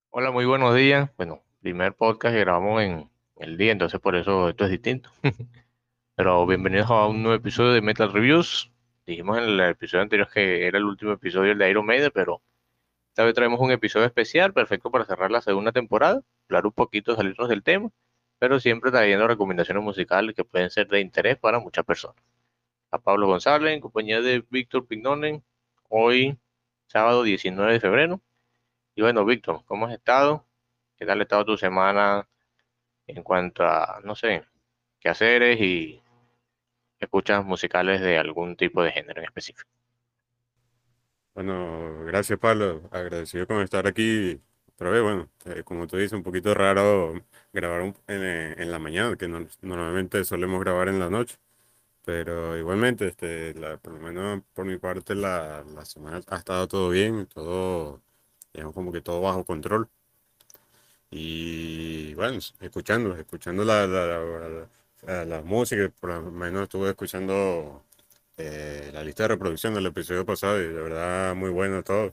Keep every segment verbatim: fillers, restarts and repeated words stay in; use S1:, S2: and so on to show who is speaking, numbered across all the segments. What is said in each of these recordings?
S1: Hola, muy buenos días. Bueno, primer podcast que grabamos en el día, entonces por eso esto es distinto. Pero bienvenidos a un nuevo episodio de Metal Reviews. Dijimos en el episodio anterior que era el último episodio el de Iron Maiden, pero esta vez traemos un episodio especial, perfecto para cerrar la segunda temporada, hablar un poquito, salirnos del tema, pero siempre trayendo recomendaciones musicales que pueden ser de interés para muchas personas. A Pablo González, en compañía de Víctor Pignonen, hoy sábado diecinueve de febrero. Y bueno, Víctor, ¿cómo has estado? ¿Qué tal ha estado tu semana en cuanto a, no sé, quehaceres y escuchas musicales de algún tipo de género en específico?
S2: Bueno, gracias Pablo, agradecido con estar aquí otra vez. Bueno, eh, como tú dices, un poquito raro grabar un- en, eh, en la mañana, que no- normalmente solemos grabar en la noche, pero igualmente, este, la- por lo menos por mi parte, la, la semana ha estado todo bien, todo, digamos como que todo bajo control. Y bueno, escuchando, escuchando la, la, la, la- la música, por lo menos estuve escuchando eh, la lista de reproducción del episodio pasado y de verdad muy bueno todo.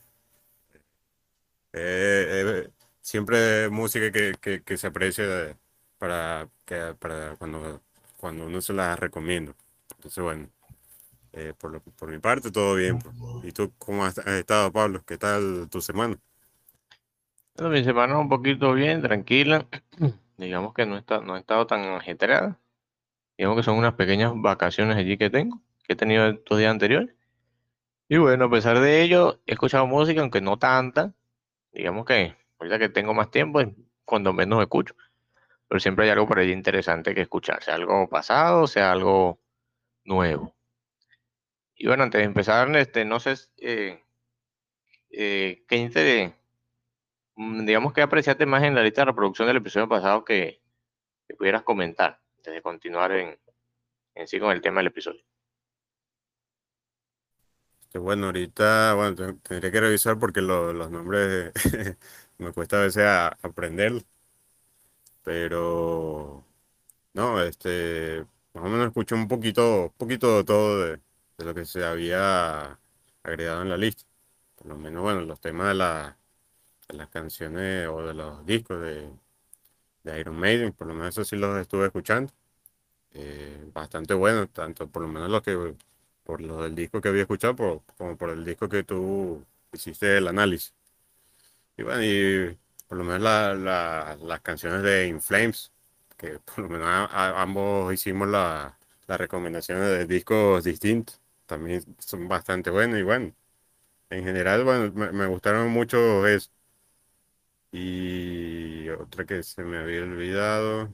S2: Eh, eh, siempre música que, que, que se aprecia para, que, para cuando, cuando uno se la recomienda. Entonces, bueno, eh, por, lo- por mi parte, todo bien, pues. ¿Y tú cómo has, has estado, Pablo? ¿Qué tal tu semana?
S1: Bueno, mi semana un poquito bien, tranquila. Digamos que no está, no ha estado tan ajetreada. Digamos que son unas pequeñas vacaciones allí que tengo, que he tenido estos días anteriores. Y bueno, a pesar de ello, he escuchado música, aunque no tanta. Digamos que ahorita que tengo más tiempo, es cuando menos escucho. Pero siempre hay algo por ahí interesante que escuchar, sea algo pasado, sea algo nuevo. Y bueno, antes de empezar, este, no sé, eh, eh, qué interés, mm, digamos que apreciaste más en la lista de reproducción del episodio pasado que, que pudieras comentar, antes de continuar en, en sí con el tema del episodio.
S2: Este, bueno, ahorita, bueno, te- tendría que revisar porque lo- los nombres me cuesta a veces a- aprender, pero no, este, más o menos escuché un poquito, poquito de todo de, de lo que se había agregado en la lista. Por lo menos, bueno, los temas de, la, de las canciones o de los discos de, de Iron Maiden, por lo menos eso sí los estuve escuchando. Eh, bastante buenos, tanto por lo menos los que, por los del disco que había escuchado, por- como por el disco que tú hiciste el análisis. Y bueno, y por lo menos la- la- las canciones de In Flames, que por lo menos a- a- ambos hicimos la- las recomendaciones de discos distintos, también son bastante buenos y bueno, en general, bueno, me, me gustaron mucho eso. Y otra que se me había olvidado.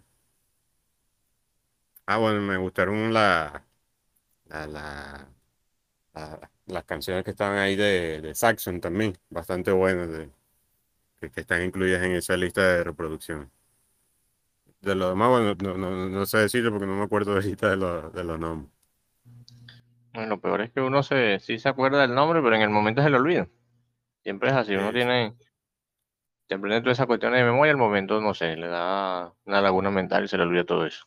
S2: Ah, bueno, me gustaron la, la, la- la- las canciones que estaban ahí de, de Saxon también, bastante buenas, de- que, que están incluidas en esa lista de reproducción. De lo demás, bueno, no, no, no sé decirlo porque no me acuerdo ahorita de, los de los nombres.
S1: Bueno, lo peor es que uno se, sí se acuerda del nombre, pero en el momento se le olvida. Siempre es así, uno
S2: Es-
S1: tiene, se aprende todas esas cuestiones de memoria, al momento, no sé, le da una laguna mental y se le olvida todo eso.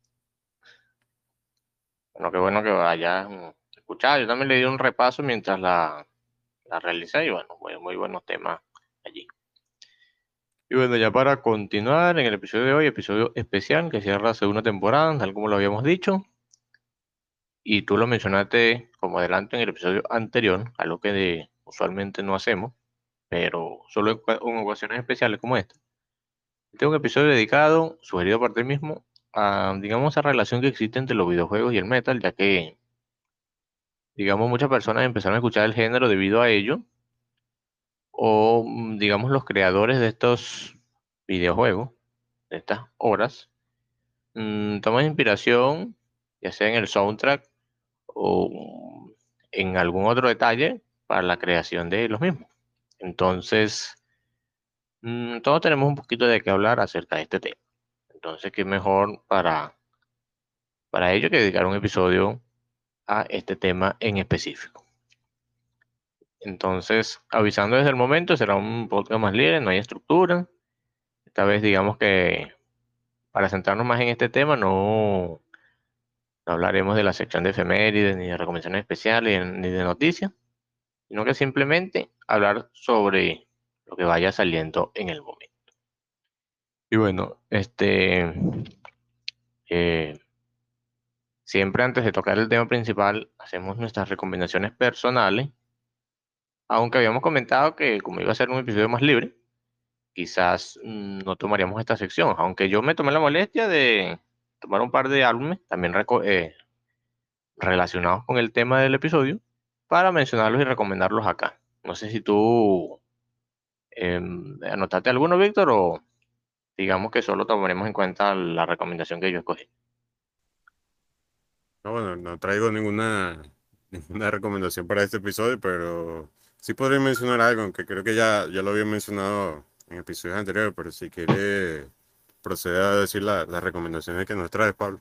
S1: Bueno, qué bueno que vayas mm, escuchado. Yo también le di un repaso mientras la, la realicé y bueno, muy, muy buenos temas allí. Y bueno, ya para continuar en el episodio de hoy, episodio especial que cierra la segunda temporada, tal como lo habíamos dicho, y tú lo mencionaste como adelanto en el episodio anterior, algo que de- usualmente no hacemos, pero solo en, cua- en ocasiones especiales como esta. Este es un episodio dedicado, sugerido por ti mismo, a, digamos, esa relación que existe entre los videojuegos y el metal, ya que, digamos, muchas personas empezaron a escuchar el género debido a ello, o, mm, digamos, los creadores de estos videojuegos, de estas obras, mm, toman inspiración, ya sea en el soundtrack o en algún otro detalle, para la creación de los mismos. Entonces, mm, todos tenemos un poquito de qué hablar acerca de este tema. Entonces, qué mejor para, para ello que dedicar un episodio a este tema en específico. Entonces, avisando desde el momento, será un podcast más libre, no hay estructura. Esta vez, digamos que para centrarnos más en este tema, no, no hablaremos de la sección de efemérides, ni de recomendaciones especiales, ni de noticias, sino que simplemente hablar sobre lo que vaya saliendo en el momento. Y bueno, este, eh, siempre antes de tocar el tema principal, hacemos nuestras recomendaciones personales, aunque habíamos comentado que como iba a ser un episodio más libre, quizás mm, no tomaríamos esta sección, aunque yo me tomé la molestia de tomar un par de álbumes, también reco- eh, relacionados con el tema del episodio, para mencionarlos y recomendarlos acá. No sé si tú em, anotaste alguno, Víctor, o digamos que solo tomaremos en cuenta la recomendación que yo escogí.
S2: No, bueno, no traigo ninguna, ninguna recomendación para este episodio, pero sí podría mencionar algo, aunque creo que ya, ya lo había mencionado en episodios anteriores, pero si quiere proceder a decir la- las recomendaciones que nos trae Pablo.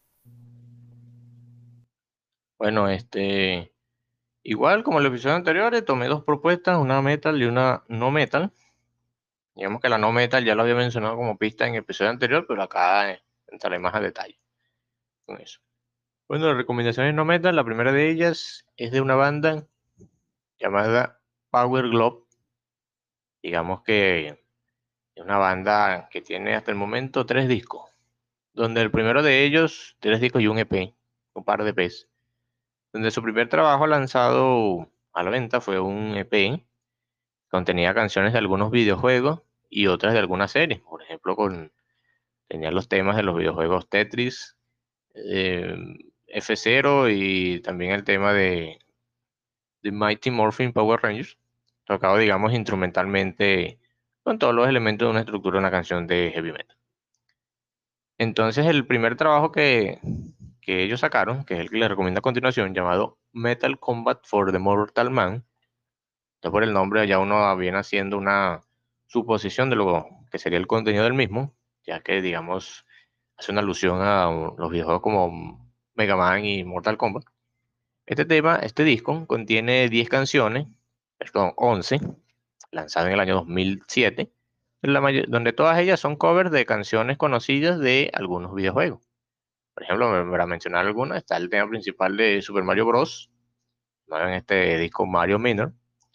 S1: Bueno, este, igual como en los episodios anteriores, tomé dos propuestas, una metal y una no metal. Digamos que la no metal ya lo había mencionado como pista en el episodio anterior, pero acá eh, entraré más a detalle con eso. Bueno, las recomendaciones no metal, la primera de ellas es de una banda llamada Power Glove. Digamos que es una banda que tiene hasta el momento tres discos, donde el primero de ellos, tres discos y un E P, un par de E Pes, donde su primer trabajo lanzado a la venta fue un E P, contenía canciones de algunos videojuegos y otras de algunas series, por ejemplo, con, tenía los temas de los videojuegos Tetris, eh, F cero y también el tema de, de Mighty Morphin Power Rangers, tocado, digamos, instrumentalmente con todos los elementos de una estructura de una canción de heavy metal. Entonces, el primer trabajo que, que ellos sacaron, que es el que les recomiendo a continuación, llamado Metal Combat for the Mortal Man, ya por el nombre ya uno viene haciendo una suposición de lo que sería el contenido del mismo, ya que, digamos, hace una alusión a los videojuegos como Mega Man y Mortal Kombat. Este tema, este disco, contiene diez canciones, perdón, once, lanzado en el año dos mil siete, la mayo- donde todas ellas son covers de canciones conocidas de algunos videojuegos. Por ejemplo, para mencionar algunas, está el tema principal de Super Mario Bros. ¿No? En este disco Mario Minor.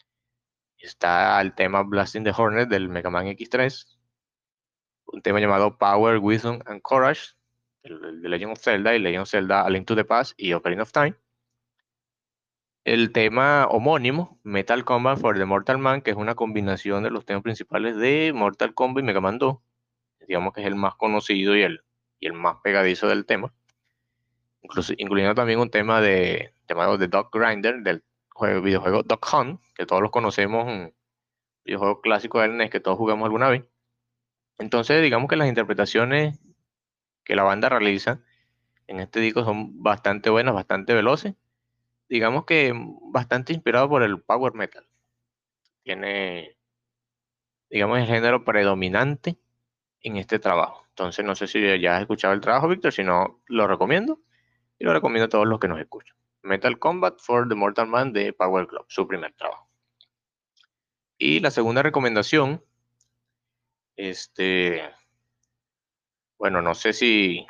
S1: Está el tema Blasting the Hornet del Mega Man X tres. Un tema llamado Power, Wisdom and Courage, el, el de Legend of Zelda y Legend of Zelda A Link to the Past y Ocarina of Time. El tema homónimo, Metal Combat for the Mortal Man, que es una combinación de los temas principales de Mortal Kombat y Mega Man dos. Digamos que es el más conocido y el, y el más pegadizo del tema. Incluso, incluyendo también un tema de llamado The Dog Grinder del juego, videojuego Dog Hunt, que todos los conocemos, un videojuego clásico del N E S que todos jugamos alguna vez. Entonces, digamos que las interpretaciones que la banda realiza en este disco son bastante buenas, bastante veloces, digamos que bastante inspirado por el power metal. Tiene, digamos, el género predominante en este trabajo. Entonces, no sé si ya has escuchado el trabajo, Víctor, si no, lo recomiendo y lo recomiendo a todos los que nos escuchan. Metal Combat for the Mortal Man de Power Glove, su primer trabajo. Y la segunda recomendación, este, bueno, no sé si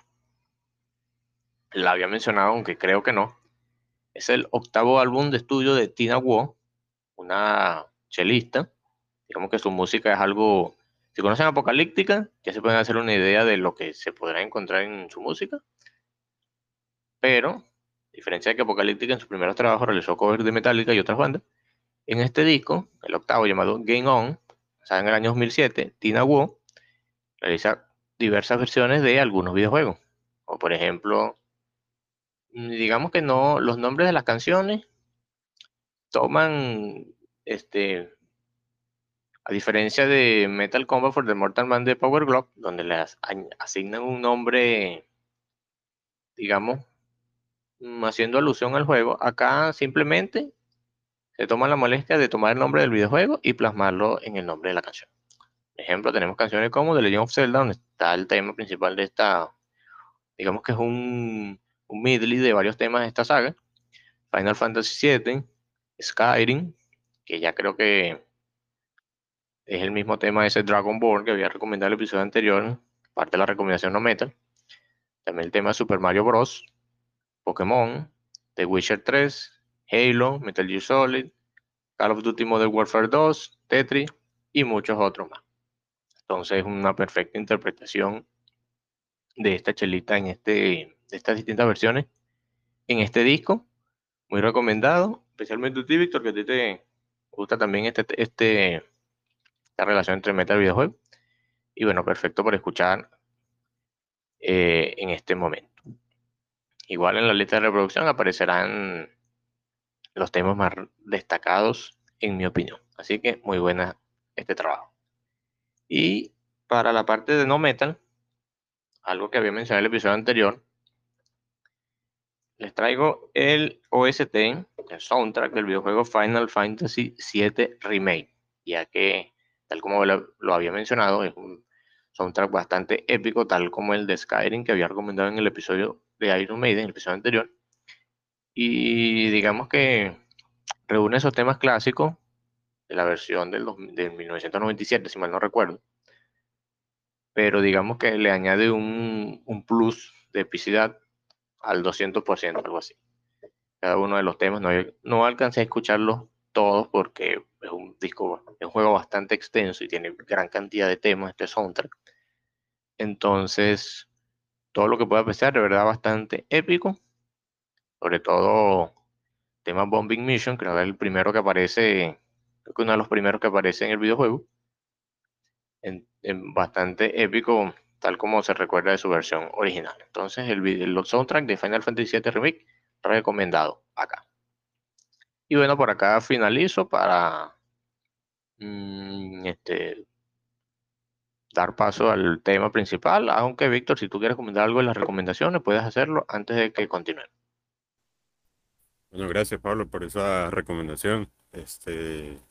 S1: la había mencionado, aunque creo que no, es el octavo álbum de estudio de Tina Wu, una chelista. Digamos que su música es algo, si conocen Apocalíptica, ya se pueden hacer una idea de lo que se podrá encontrar en su música, pero a diferencia de que Apocalíptica en sus primeros trabajos realizó covers de Metallica y otras bandas, en este disco, el octavo llamado Game On, lanzado en el año dos mil siete, Tina Wu realiza diversas versiones de algunos videojuegos. O por ejemplo, mm, digamos que no, los nombres de las canciones toman, este, a diferencia de Metal Combat for the Mortal Man de Power Glove, donde le as- añ- asignan un nombre, digamos, mm, haciendo alusión al juego, acá simplemente se toma la molestia de tomar el nombre del videojuego y plasmarlo en el nombre de la canción. Por ejemplo, tenemos canciones como The Legend of Zelda, donde está el tema principal de esta, digamos que es un, un medley de varios temas de esta saga. Final Fantasy siete, Skyrim, que ya creo que es el mismo tema de ese Dragon Ball que había recomendado en el episodio anterior, parte de la recomendación no metal. También el tema de Super Mario Bros., Pokémon, The Witcher tres, Halo, Metal Gear Solid, Call of Duty Modern Warfare dos, Tetris y muchos otros más. Entonces, una perfecta interpretación de esta chelita en este, de estas distintas versiones en este disco. Muy recomendado, especialmente a ti, Víctor, que a ti te gusta también este, este, esta relación entre metal y videojuego. Y bueno, perfecto para escuchar eh, en este momento. Igual en la lista de reproducción aparecerán los temas más destacados, en mi opinión. Así que muy buena este trabajo. Y para la parte de no metal, algo que había mencionado en el episodio anterior, les traigo el O S T, el soundtrack del videojuego Final Fantasy siete Remake, ya que, tal como lo, lo había mencionado, es un soundtrack bastante épico, tal como el de Skyrim que había recomendado en el episodio de Iron Maiden, el episodio anterior. Y digamos que reúne esos temas clásicos de la versión del, dos- del mil novecientos noventa y siete, si mal no recuerdo, pero digamos que le añade un, un plus de epicidad al doscientos por ciento, algo así. Cada uno de los temas, no, no alcancé a escucharlos todos porque es un disco, es un juego bastante extenso y tiene gran cantidad de temas, este soundtrack. Entonces, todo lo que puedo apreciar, de verdad, bastante épico, sobre todo tema Bombing Mission, creo que es el primero que aparece, creo que uno de los primeros que aparece en el videojuego, en, en bastante épico, tal como se recuerda de su versión original. Entonces, el, vide- el soundtrack de Final Fantasy siete Remake, recomendado acá. Y bueno, por acá finalizo para mm, este, dar paso al tema principal, aunque Víctor, si tú quieres comentar algo en las recomendaciones, puedes hacerlo antes de que continúe.
S2: Bueno, gracias Pablo por esa recomendación. Este,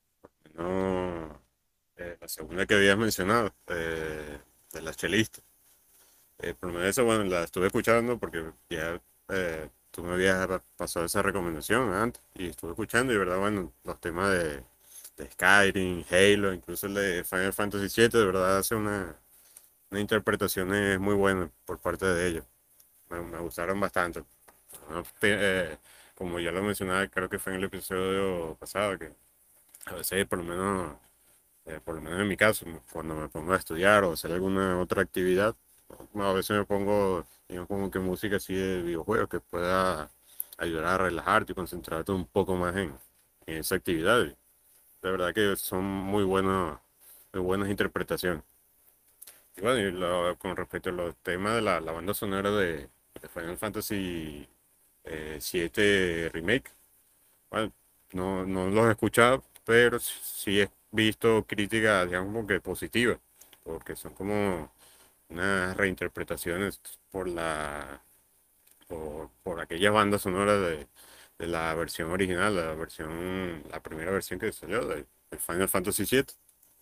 S2: no, eh, la segunda que habías mencionado, eh, de las chelistas. Eh, por lo menos eso, bueno, la estuve escuchando porque ya eh, tú me habías pasado esa recomendación antes y estuve escuchando y, de verdad, bueno, los temas de, de Skyrim, Halo, incluso el de Final Fantasy siete, de verdad hace una, una interpretación muy buena por parte de ellos. Me, me gustaron bastante. ¿No? Te- eh, como ya lo mencionaba, creo que fue en el episodio pasado, que a veces, por lo menos, eh, por lo menos en mi caso, cuando me pongo a estudiar o hacer alguna otra actividad, a veces me pongo, digamos, como que música así de videojuegos que pueda ayudar a relajarte y concentrarte un poco más en, en esa actividad. Y de verdad que son muy buenos, muy buenas interpretaciones. Y bueno, y lo- con respecto a los temas de la, la banda sonora de, de Final Fantasy eh, siete Remake, bueno, no, no los he escuchado, pero sí he visto críticas, digamos, como que positivas, porque son como unas reinterpretaciones por la por, por aquellas bandas sonoras de, de la versión original, la versión, la primera versión que salió de, de Final Fantasy siete.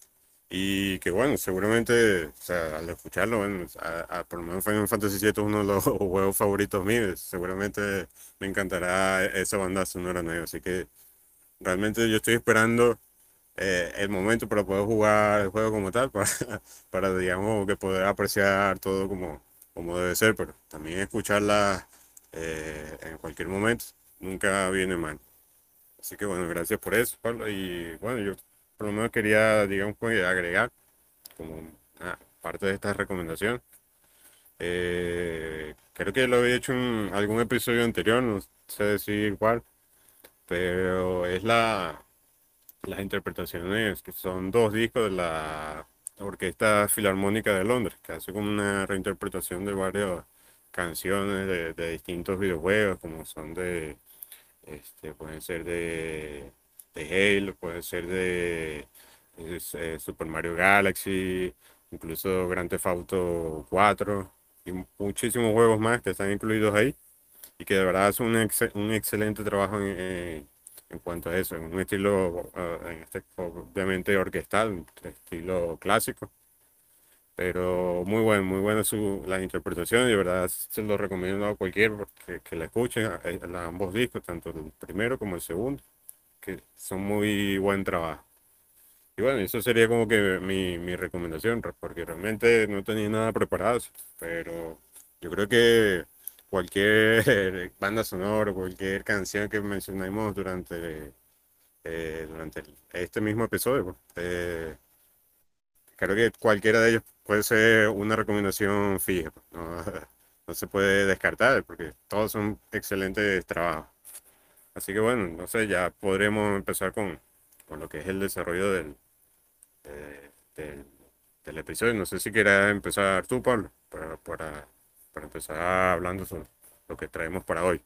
S2: Y que bueno, seguramente, o sea, al escucharlo, bueno, a, a- por lo menos Final Fantasy siete es uno de los juegos favoritos míos. Seguramente me encantará esa banda sonora nueva. Así que realmente yo estoy esperando eh, el momento para poder jugar el juego como tal, para, para digamos, que poder apreciar todo como, como debe ser, pero también escucharla eh, en cualquier momento nunca viene mal. Así que bueno, gracias por eso, Pablo. Y bueno, yo por lo menos quería, digamos, pues, agregar como una parte de esta recomendación. Eh, creo que lo había hecho en algún episodio anterior, no sé decir cuál, pero es la las interpretaciones, que son dos discos de la Orquesta Filarmónica de Londres, que hace como una reinterpretación de varias canciones de, de distintos videojuegos, como son de, este, pueden ser de, de Halo, pueden ser de es, eh, Super Mario Galaxy, incluso Grand Theft Auto cuatro y muchísimos juegos más que están incluidos ahí y que de verdad hace un, ex- un excelente trabajo en, en- en cuanto a eso, en un estilo, eh, en este, obviamente orquestal, un estilo clásico, pero muy bueno, muy buenas su, las interpretaciones, y de verdad se lo recomiendo a cualquiera que, que la escuchen, a, a ambos discos, tanto el primero como el segundo, que son muy buen trabajo. Y bueno, eso sería como que mi, mi recomendación, re- porque realmente no tenía nada preparado, pero yo creo que cualquier banda sonora, cualquier canción que mencionemos durante, eh, durante el- este mismo episodio, pues, eh, creo que cualquiera de ellos puede ser una recomendación fija, pues, no, no se puede descartar porque todos son excelentes trabajos. Así que bueno, no sé, ya podremos empezar con, con lo que es el desarrollo del, eh, del, del episodio. No sé si quieras empezar tú, Pablo, para, para, para empezar hablando sobre lo que traemos para hoy.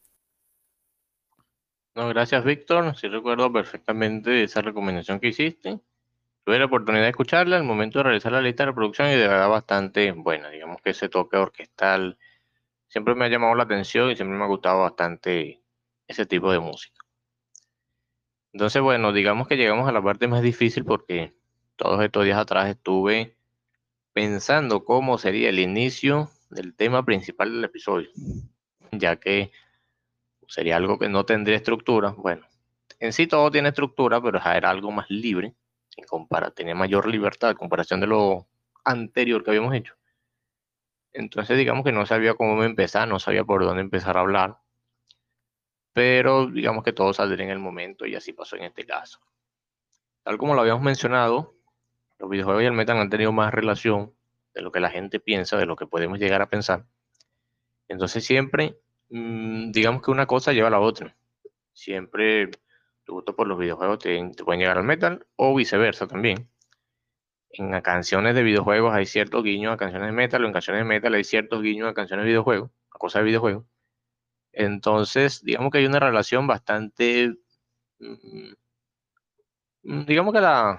S1: No, gracias, Víctor. Sí recuerdo perfectamente esa recomendación que hiciste. Tuve la oportunidad de escucharla al momento de realizar la lista de reproducción y de verdad bastante buena. Digamos que ese toque orquestal siempre me ha llamado la atención y siempre me ha gustado bastante ese tipo de música. Entonces, bueno, digamos que llegamos a la parte más difícil porque todos estos días atrás estuve pensando cómo sería el inicio del tema principal del episodio, ya que sería algo que no tendría estructura. Bueno, en sí todo tiene estructura, pero ajá, era algo más libre, en compara, tenía mayor libertad en comparación de lo anterior que habíamos hecho. Entonces, digamos que no sabía cómo empezar, no sabía por dónde empezar a hablar, pero digamos que todo saldría en el momento y así pasó en este caso. Tal como lo habíamos mencionado, los videojuegos y el metal han tenido más relación de lo que la gente piensa, de lo que podemos llegar a pensar. Entonces siempre, mm, digamos que una cosa lleva a la otra. Siempre tu gusto por los videojuegos te, te pueden llegar al metal o viceversa también. En a canciones de videojuegos hay ciertos guiños a canciones de metal o en canciones de metal hay ciertos guiños a canciones de videojuegos, a cosas de videojuegos. Entonces, digamos que hay una relación bastante, mm, mm, digamos que la,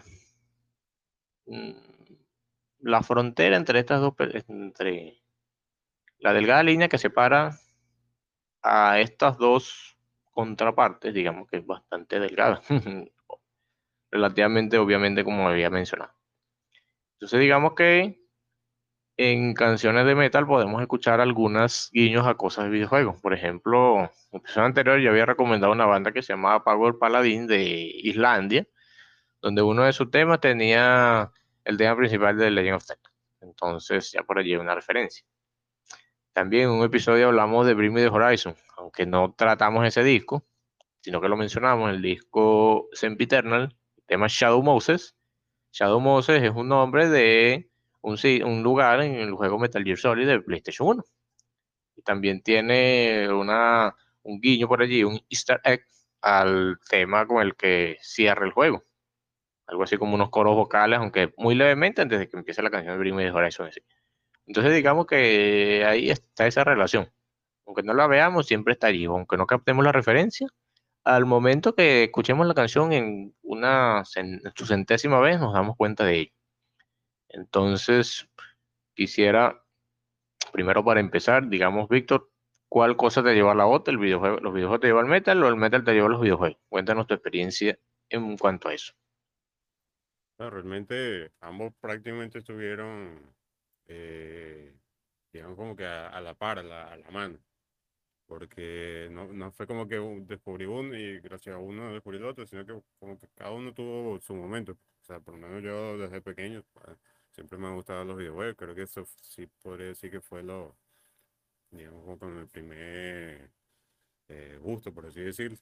S1: mm, la frontera entre estas dos, pe- entre la delgada línea que separa a estas dos contrapartes, digamos que es bastante delgada, relativamente, obviamente, como había mencionado. Entonces, digamos que en canciones de metal podemos escuchar algunas guiños a cosas de videojuegos. Por ejemplo, en el episodio anterior yo había recomendado una banda que se llamaba Power Paladin de Islandia, donde uno de sus temas tenía el tema principal de Legend of Zelda. Entonces, ya por allí hay una referencia. También en un episodio hablamos de Bring Me the Horizon, aunque no tratamos ese disco, sino que lo mencionamos, el disco Sempiternal, el tema Shadow Moses. Shadow Moses es un nombre de un, si- un lugar en el juego Metal Gear Solid de PlayStation uno. Y también tiene una, un guiño por allí, un Easter egg al tema con el que cierra el juego. Algo así como unos coros vocales, aunque muy levemente antes de que empiece la canción de Bring Me the Horizon. Sí. Entonces digamos que ahí está esa relación. Aunque no la veamos, siempre está allí. Aunque no captemos la referencia, al momento que escuchemos la canción en una cen- en su centésima vez, nos damos cuenta de ello. Entonces, quisiera, primero para empezar, digamos, Víctor, ¿cuál cosa te lleva a la otra? ¿El videojuego, los videojuegos te llevan al metal o el metal te lleva a los videojuegos? Cuéntanos tu experiencia en cuanto a eso.
S2: No, realmente ambos prácticamente estuvieron, eh, digamos, como que a, a la par, a la, a la mano. Porque no, no fue como que un- descubrí uno y gracias a uno descubrí el otro, sino que como que cada uno tuvo su momento. O sea, por lo menos yo desde pequeño pues, siempre me han gustado los videojuegos. Creo que eso sí podría decir que fue lo, digamos, como con el primer eh, gusto, por así decirlo.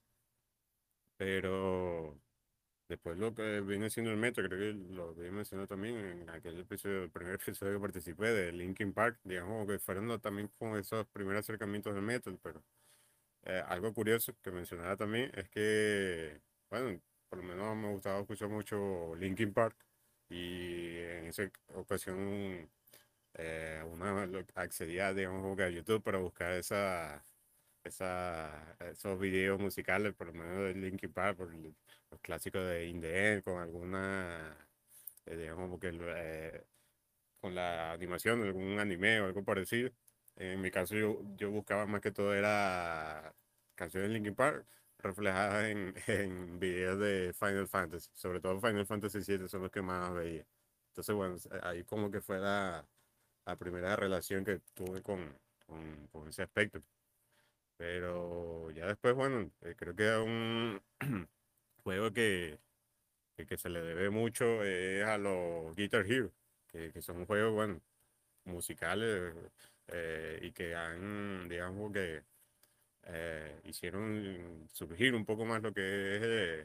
S2: Pero después lo que viene siendo el metro, creo que lo había mencionado también en aquel episodio, el primer episodio que participé de Linkin Park, digamos, como que fueron los- también con esos primeros acercamientos del metal, pero Eh, algo curioso que mencionaba también es que, bueno, por lo menos me gustaba escuchar mucho Linkin Park y en esa ocasión eh, uno lo- accedía, digamos, como que a YouTube para buscar esa, esa, esos videos musicales, por lo menos de Linkin Park, por el- los clásicos de In The End, con alguna, eh, digamos, como que eh, con la animación de algún anime o algo parecido. En mi caso yo, yo buscaba más que todo era canciones de Linkin Park reflejadas en, en videos de Final Fantasy, sobre todo Final Fantasy siete son los que más veía. Entonces, bueno, ahí como que fue la, la primera relación que tuve con, con, con ese aspecto. Pero ya después, bueno, eh, creo que un juego que, que, que se le debe mucho es a los Guitar Hero, que, que son juegos, bueno, musicales eh, y que han, digamos que eh, hicieron surgir un poco más lo que es eh,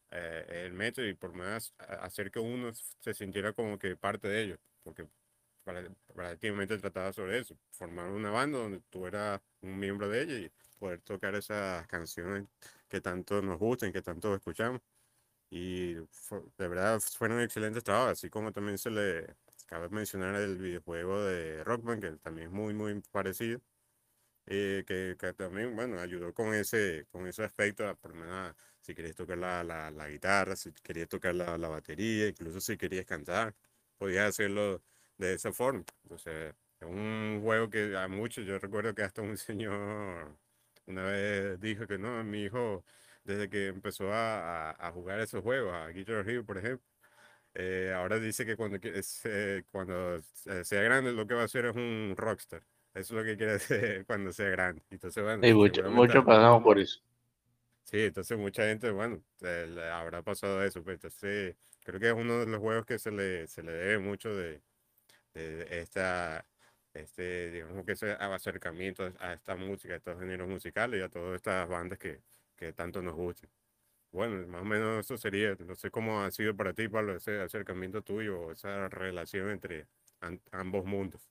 S2: eh, el método y por más a- hacer que uno se sintiera como que parte de ellos, porque para- prácticamente trataba sobre eso, formar una banda donde tú eras un miembro de ella y poder tocar esas canciones que tanto nos gustan, que tanto escuchamos. Y fue- de verdad fueron excelentes trabajos, así como también se le cabe mencionar el videojuego de Rock Band, que también es muy, muy parecido, eh, que, que también, bueno, ayudó con ese, con ese aspecto, a, por lo menos a- si querías tocar la, la, la guitarra, si querías tocar la, la batería, incluso si querías cantar, podías hacerlo de esa forma. Entonces, es un juego que a muchos, yo recuerdo que hasta un señor una vez dijo que no, mi hijo, desde que empezó a, a, a jugar esos juegos, a Guitar Hero, por ejemplo, eh, ahora dice que cuando, que- es, eh, cuando eh, sea grande lo que va a hacer es un rockstar. Eso es lo que quiere hacer cuando sea grande. Entonces, bueno,
S1: Y mucho,
S2: seguramente,
S1: mucho pasamos por eso.
S2: sí, entonces mucha gente, bueno, eh, le habrá pasado eso. Pues, entonces, creo que es uno de los juegos que se le, se le debe mucho de, de esta, este, digamos que ese acercamiento a esta música, a estos géneros musicales y a todas estas bandas que, que tanto nos gustan. Bueno, más o menos eso sería. No sé cómo ha sido para ti, Pablo, ese acercamiento tuyo, o esa relación entre an- ambos mundos.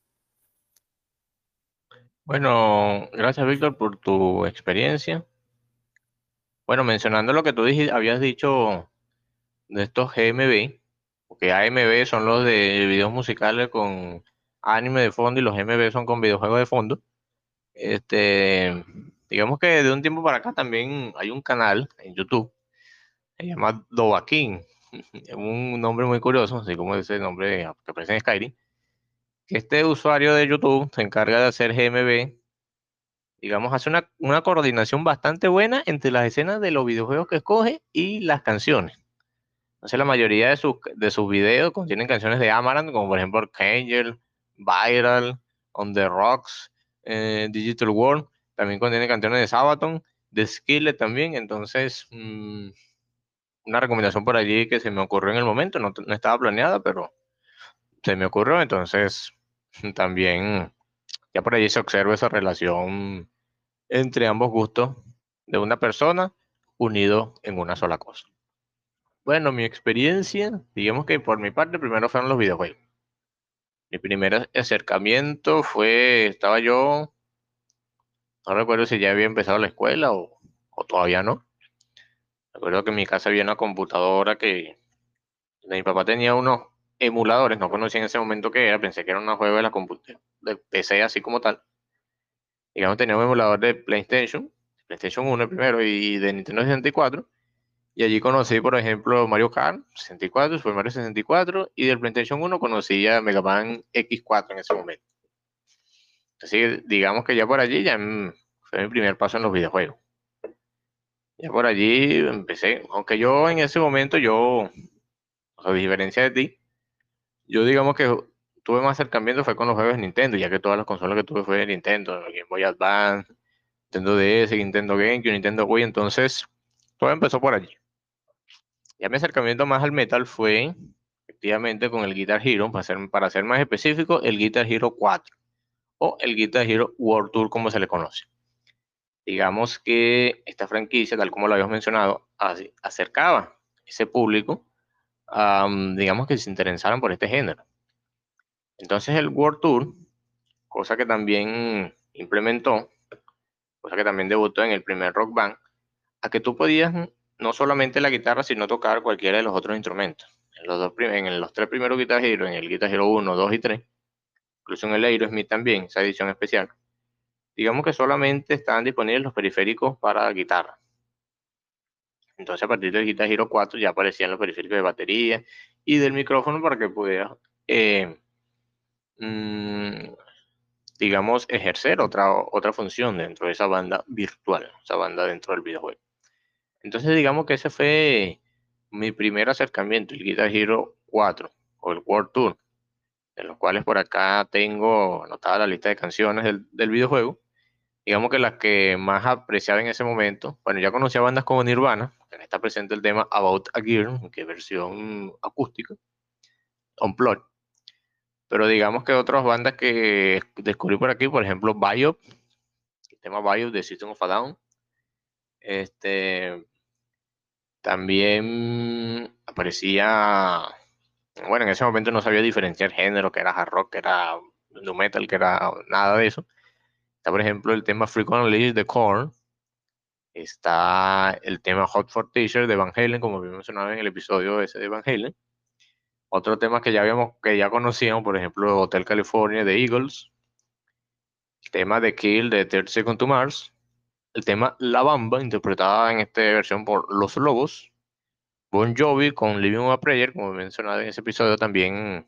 S1: Bueno, gracias Víctor por tu experiencia. Bueno, mencionando lo que tú dij- habías dicho de estos G M V, porque A M V son los de videos musicales con anime de fondo y los M V son con videojuegos de fondo. Este, digamos que de un tiempo para acá también hay un canal en YouTube, se llama Dovahkiin, es un nombre muy curioso, así como ese nombre que aparece en Skyrim, que este usuario de YouTube se encarga de hacer G M V, digamos, hace una, una coordinación bastante buena entre las escenas de los videojuegos que escoge y las canciones. Entonces la mayoría de sus, de sus videos contienen canciones de Amaranth, como por ejemplo Archangel, Viral, On the Rocks, eh, Digital World. También contiene canciones de Sabaton, de Skillet también. Entonces, mm, una recomendación por allí que se me ocurrió en el momento, no, no estaba planeada, pero se me ocurrió. Entonces, también ya por allí se observa esa relación entre ambos gustos de una persona unidos en una sola cosa. Bueno, mi experiencia, digamos que por mi parte primero fueron los videojuegos. Mi primer acercamiento fue, estaba yo, no recuerdo si ya había empezado la escuela o, o todavía no. Recuerdo que en mi casa había una computadora que mi papá tenía unos emuladores, no conocía en ese momento qué era, pensé que era un juego de la computadora, de P C así como tal. Digamos, tenía un emulador de PlayStation, PlayStation uno el primero y de Nintendo sesenta y cuatro. Y allí conocí, por ejemplo, Mario Kart sesenta y cuatro, Super Mario sesenta y cuatro, y cuatro, y del PlayStation uno conocí a Mega Man X cuatro en ese momento. Entonces, digamos que ya por allí ya mm, fue mi primer paso en los videojuegos. Ya por allí empecé, aunque yo en ese momento, yo, a diferencia de ti, yo digamos que tuve más acercamiento fue con los juegos de Nintendo, ya que todas las consolas que tuve fue de Nintendo, Game Boy Advance, Nintendo D S, Nintendo GameCube, Nintendo Wii, entonces todo empezó por allí. Ya mi acercamiento más al metal fue efectivamente con el Guitar Hero, para ser, para ser más específico, el Guitar Hero cuatro o el Guitar Hero World Tour como se le conoce. Digamos que esta franquicia, tal como lo habíamos mencionado, así- acercaba ese público a, mm, digamos que se interesaran por este género. Entonces el World Tour, cosa que también implementó, cosa que también debutó en el primer Rock Band, a que tú podías mm, no solamente la guitarra, sino tocar cualquiera de los otros instrumentos. En los, dos, prim- en los tres primeros Guitar Hero, en el Guitar Hero uno, dos y tres, incluso en el Aerosmith también, esa edición especial, digamos que solamente estaban disponibles los periféricos para guitarra. Entonces a partir del Guitar Hero cuatro ya aparecían los periféricos de batería y del micrófono para que pudieras, eh, mm, digamos, ejercer otra, otra función dentro de esa banda virtual, esa banda dentro del videojuego. Entonces digamos que ese fue mi primer acercamiento, el Guitar Hero cuatro o el World Tour, de los cuales por acá tengo anotada la lista de canciones del, del videojuego. Digamos que las que más apreciaba en ese momento, bueno, ya conocía bandas como Nirvana, en está presente el tema About a Girl, que es versión acústica, Unplugged, pero digamos que otras bandas que descubrí por aquí, por ejemplo, Biop, el tema Biop de System of a Down, este, También aparecía, bueno, en ese momento no sabía diferenciar género, que era hard rock, que era nu metal, que era nada de eso. Está, por ejemplo, el tema Freak on a Leash de Korn. Está el tema Hot for Teacher de Van Halen, como había mencionado en el episodio ese de Van Halen. Otro tema que ya habíamos, que ya conocíamos, por ejemplo, Hotel California de Eagles. El tema de Kill de thirty Seconds to Mars. El tema La Bamba, interpretada en esta versión por Los Lobos. Bon Jovi con Living on a Prayer, como mencionado en ese episodio, también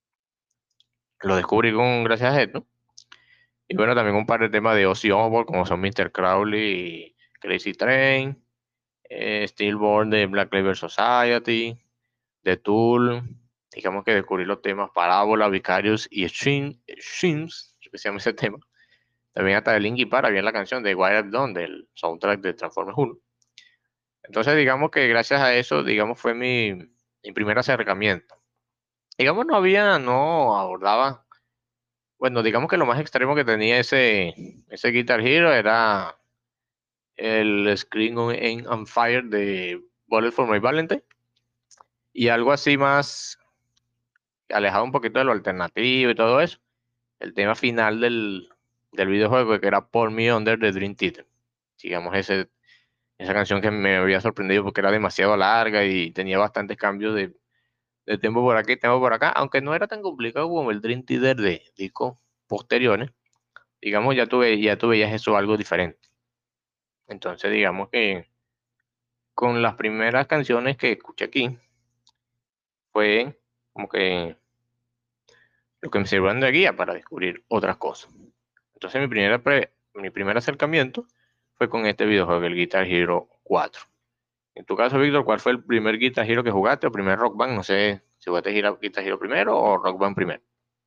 S1: lo descubrí con, gracias a esto. Y bueno, también un par de temas de Ozzy Osbourne, como son mister Crowley y Crazy Train, eh, Stillborn de Black Label Society, The Tool. Digamos que descubrí los temas Parábola, Vicarious y Shin- Shims, que se llama ese tema. También hasta de Linkin Park había la canción de Wired Dawn del soundtrack de Transformers uno. Entonces, digamos que gracias a eso, digamos, fue mi, mi primer acercamiento. Digamos, no había, no abordaba, bueno, digamos que lo más extremo que tenía ese, ese Guitar Hero era el Screen on, Aim and Fire de Bullet for My Valentine, y algo así más alejado un poquito de lo alternativo y todo eso. El tema final del, del videojuego, que era Pour Me Under de Dream Theater. Digamos, ese, esa canción que me había sorprendido porque era demasiado larga y tenía bastantes cambios de, de tiempo por aquí, tiempo por acá, aunque no era tan complicado como el Dream Theater de discos posteriores. Digamos, ya tuve, ya tú veías eso algo diferente. Entonces, digamos que con las primeras canciones que escuché aquí, fue como que lo que me sirvieron de guía para descubrir otras cosas. Entonces, mi, primera pre- mi primer acercamiento fue con este videojuego, el Guitar Hero cuatro. En tu caso, Víctor, ¿cuál fue el primer Guitar Hero que jugaste o primer Rock Band? No sé si jugaste Guitar Hero primero o Rock Band primero.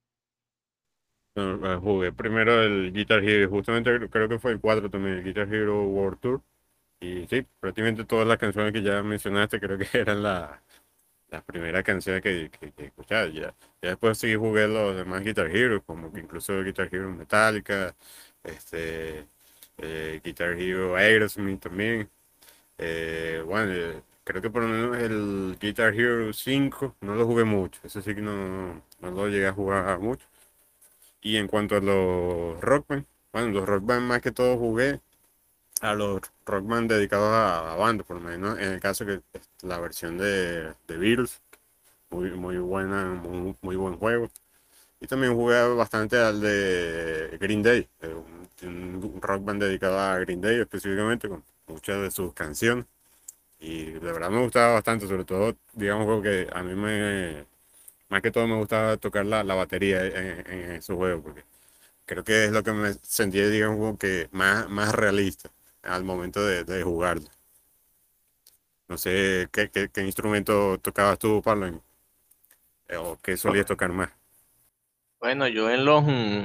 S2: No, eh, jugué primero el Guitar Hero, justamente creo creo que fue el cuatro también, el Guitar Hero World Tour. Y sí, prácticamente todas las canciones que ya mencionaste creo que eran la- las primeras canciones que, que, que escuchaba. Ya, ya después sí jugué los demás Guitar Hero, como que incluso Guitar Hero Metallica, este, eh, Guitar Hero Aerosmith también. Eh, bueno, eh, creo que por lo menos el Guitar Hero cinco no lo jugué mucho, eso sí que no, no lo llegué a jugar mucho. Y en cuanto a los Rock Band, bueno, los Rock Band más que todo jugué a los Rock Band dedicados a, a bandas, por lo menos en el caso que es la versión de, de Beatles, muy, muy buena, muy, muy buen juego. Y también jugué bastante al de Green Day, eh, un, un rock band dedicado a Green Day específicamente, con muchas de sus canciones. Y de verdad me gustaba bastante, sobre todo, digamos, porque a mí me, más que todo me gustaba tocar la, la batería en, en esos juegos, porque creo que es lo que me sentía, digamos, como que más, más realista al momento de, de jugarlo. No sé qué, qué, qué instrumento tocabas tú, Pablo, en- eh, o qué solías tocar más.
S1: Bueno, yo en los, mm,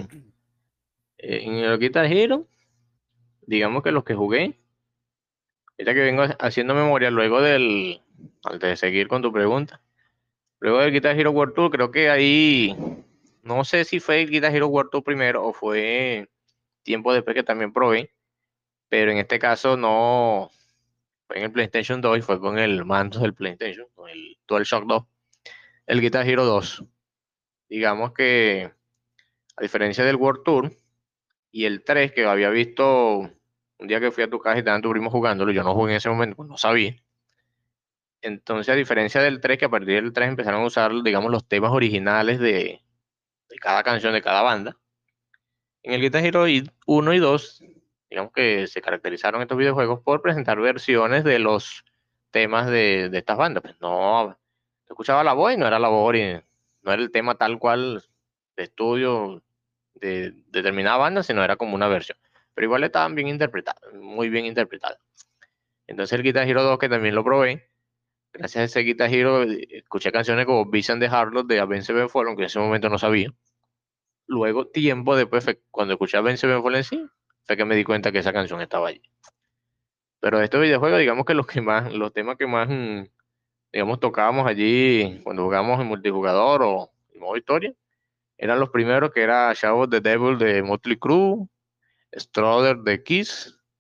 S1: en el Guitar Hero, digamos que los que jugué, ahorita que vengo haciendo memoria luego del, antes de seguir con tu pregunta, luego del Guitar Hero World Tour, creo que ahí, no sé si fue el Guitar Hero World Tour primero o fue tiempo después que también probé, pero en este caso no fue en el PlayStation dos y fue con el mando del PlayStation, con el DualShock dos, el Guitar Hero dos. Digamos que a diferencia del World Tour y el tres que había visto un día que fui a tu casa y estaban tu primo jugándolo, yo no jugué en ese momento, pues no sabía. Entonces, a diferencia del tres, que a partir del tres empezaron a usar, digamos, los temas originales de, de cada canción de cada banda, en el Guitar Hero uno y dos, digamos que se caracterizaron estos videojuegos por presentar versiones de los temas de, de estas bandas. Pues no, se escuchaba la voz y no era la voz, ori- no era el tema tal cual de estudio de determinada banda, sino era como una versión. Pero igual estaban bien interpretadas, muy bien interpretadas. Entonces el Guitar Hero dos, que también lo probé, gracias a ese Guitar Hero, eh, escuché canciones como Vision de Harlot de Avenged Sevenfold, aunque en ese momento no sabía. Luego, tiempo después, fue cuando escuché Avenged Sevenfold en sí, fue que me di cuenta que esa canción estaba allí. Pero de estos videojuegos, digamos que los que más, los temas que más, mm, digamos, tocábamos allí cuando jugábamos en multijugador o en modo historia, eran los primeros, que era Shadow of the Devil de Motley Crue, Stroder de Kiss,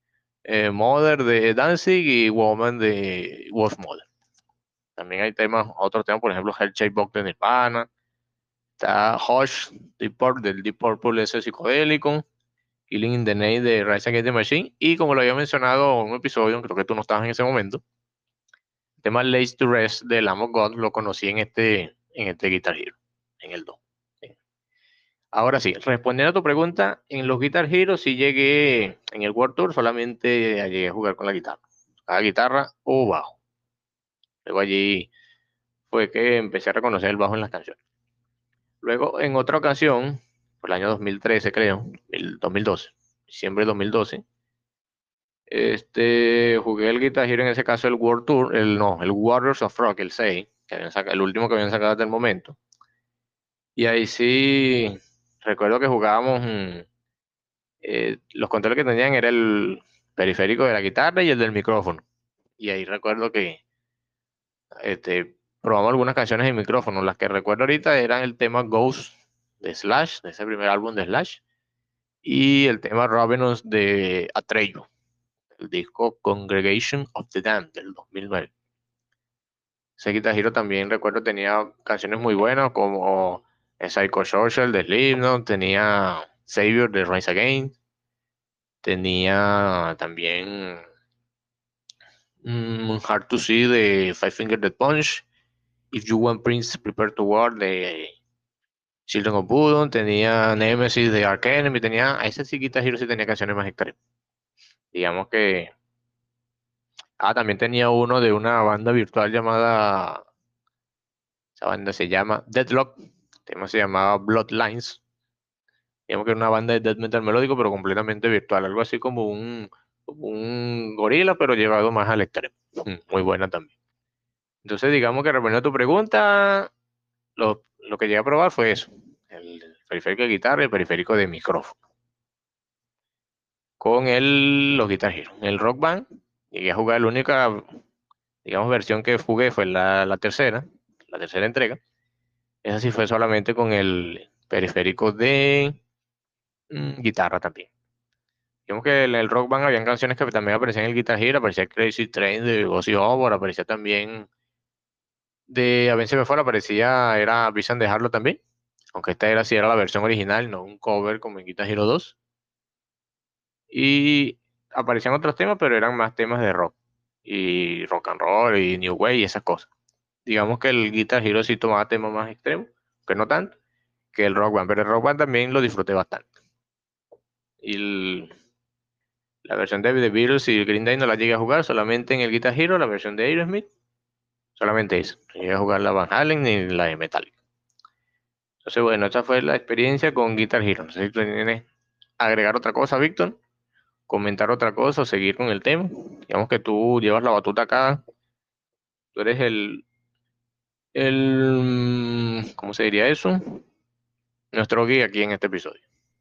S1: eh, Mother de Danzig y Woman de Wolf Mother. También hay temas, otros temas, por ejemplo, Hell Shape Box de Nirvana, está Hush Deep Purple, del Deep Purple ese psicodélico, Killing in the Name de Rise Against the Machine, y como lo había mencionado en un episodio, creo que tú no estabas en ese momento, el tema Lace to Rest de Lamb of God lo conocí en este, en este Guitar Hero, en el dos. Sí. Ahora sí, respondiendo a tu pregunta, en los Guitar Hero sí llegué, en el World Tour solamente llegué a jugar con la guitarra, la guitarra o bajo. Luego allí fue que empecé a reconocer el bajo en las canciones. Luego, en otra ocasión, por el año dos mil trece, creo, el dos mil doce, diciembre de dos mil doce, este, jugué el Guitar Hero, en ese caso el World Tour, el no, el Warriors of Rock, el seis, que habían sacado, el último que habían sacado hasta el momento. Y ahí sí, recuerdo que jugábamos, mm, eh, los controles que tenían era el periférico de la guitarra y el del micrófono. Y ahí recuerdo que este, probamos algunas canciones en micrófono. Las que recuerdo ahorita eran el tema Ghost de Slash, de ese primer álbum de Slash, y el tema Ravenous de Atreyu, el disco Congregation of the Damned del dos mil nueve. Ese Guitar Hero también recuerdo tenía canciones muy buenas como Psychosocial de Slipknot, tenía Savior de Rise Again, tenía también mm, Hard to See de Five Finger Death Punch, If You Want Prince Prepare to War de Children of Bodom, tenía Nemesis de Ark Enemy, tenía, a ese sí Guitar Hero sí tenía canciones más extremas. Digamos que, ah, también tenía uno de una banda virtual llamada, esa banda se llama Deadlock, el tema se llamaba Bloodlines, digamos que era una banda de death metal melódico, pero completamente virtual, algo así como un, como un gorila, pero llevado más al extremo. Mm, muy buena también. Entonces, digamos que respondiendo a tu pregunta, lo, lo que llegué a probar fue eso, el periférico de guitarra y el periférico de micrófono. Con el, los Guitar Hero. El Rock Band, llegué a jugar la única, digamos, versión que jugué fue la, la tercera, la tercera entrega. Esa sí fue solamente con el periférico de mm, guitarra también. Digamos que en el Rock Band habían canciones que también aparecían en el Guitar Hero, aparecía Crazy Train de Ozzy Osbourne, aparecía también de A ver si me fuera, aparecía, era Visan dejarlo también, aunque esta era sí era la versión original, no un cover como en Guitar Hero dos. Y aparecían otros temas, pero eran más temas de rock y rock and roll y new wave y esas cosas. Digamos que el Guitar Hero sí tomaba temas más extremos, que no tanto, que el Rock Band, pero el Rock Band también lo disfruté bastante. Y el- la versión de The Beatles y Green Day no la llegué a jugar, solamente en el Guitar Hero, la versión de Aerosmith, solamente eso. No llegué a jugar la Van Halen ni la de Metallica. Entonces, bueno, esa fue la experiencia con Guitar Hero. No sé si tú tienes agregar otra cosa, Víctor, comentar otra cosa o seguir con el tema. Digamos que tú llevas la batuta acá, tú eres el, el, ¿cómo se diría eso? Nuestro guía aquí en este episodio.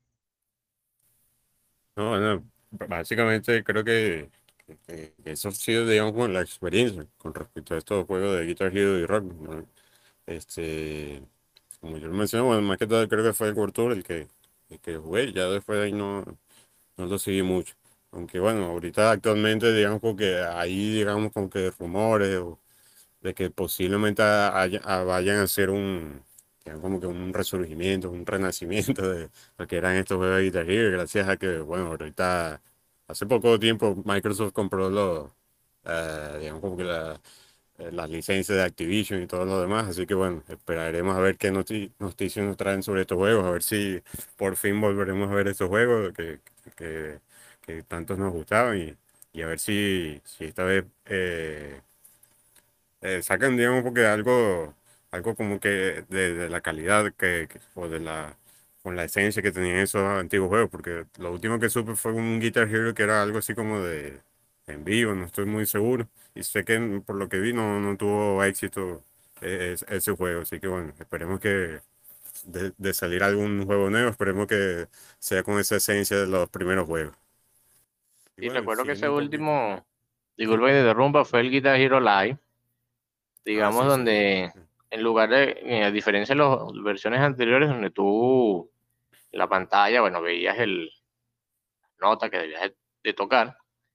S2: No, bueno, básicamente creo que, que eso ha sido, digamos, como la experiencia con respecto a estos juegos de Guitar Hero y Rock, ¿no? Este, como yo lo mencioné, bueno, más que todo creo que fue el World Tour el que, el que jugué, ya después de ahí no, no lo seguí mucho. Aunque bueno, ahorita actualmente digamos como que ahí digamos como que rumores o de que posiblemente haya- a- vayan a hacer un, digamos, como que un resurgimiento, un renacimiento de lo que eran estos juegos de Guitar Hero, gracias a que, bueno, ahorita, hace poco tiempo Microsoft compró los, eh, digamos, como que la- eh, las licencias de Activision y todo lo demás, así que bueno, esperaremos a ver qué noti- noticias nos traen sobre estos juegos, a ver si por fin volveremos a ver estos juegos que, que, que tantos nos gustaban y, y a ver si, si esta vez... eh, eh, sacan, digamos, porque algo, algo como que de, de la calidad que, que- o de la, con la esencia que tenían esos antiguos juegos, porque lo último que supe fue un Guitar Hero que era algo así como de en vivo, no estoy muy seguro, y sé que por lo que vi no, no tuvo éxito eh, es- ese juego, así que bueno, esperemos que de, de salir algún juego nuevo, esperemos que sea con esa esencia de los primeros juegos. Y
S1: Y
S2: bueno,
S1: recuerdo que
S2: siguiendo
S1: ese
S2: un poquito.
S1: último, disculpa que te derrumba, fue el Guitar Hero Live,
S2: Ah,
S1: digamos,
S2: sí, sí.
S1: donde en lugar de, eh, a diferencia de las versiones anteriores, donde tú en la pantalla, bueno, veías el nota que debías de, de tocar,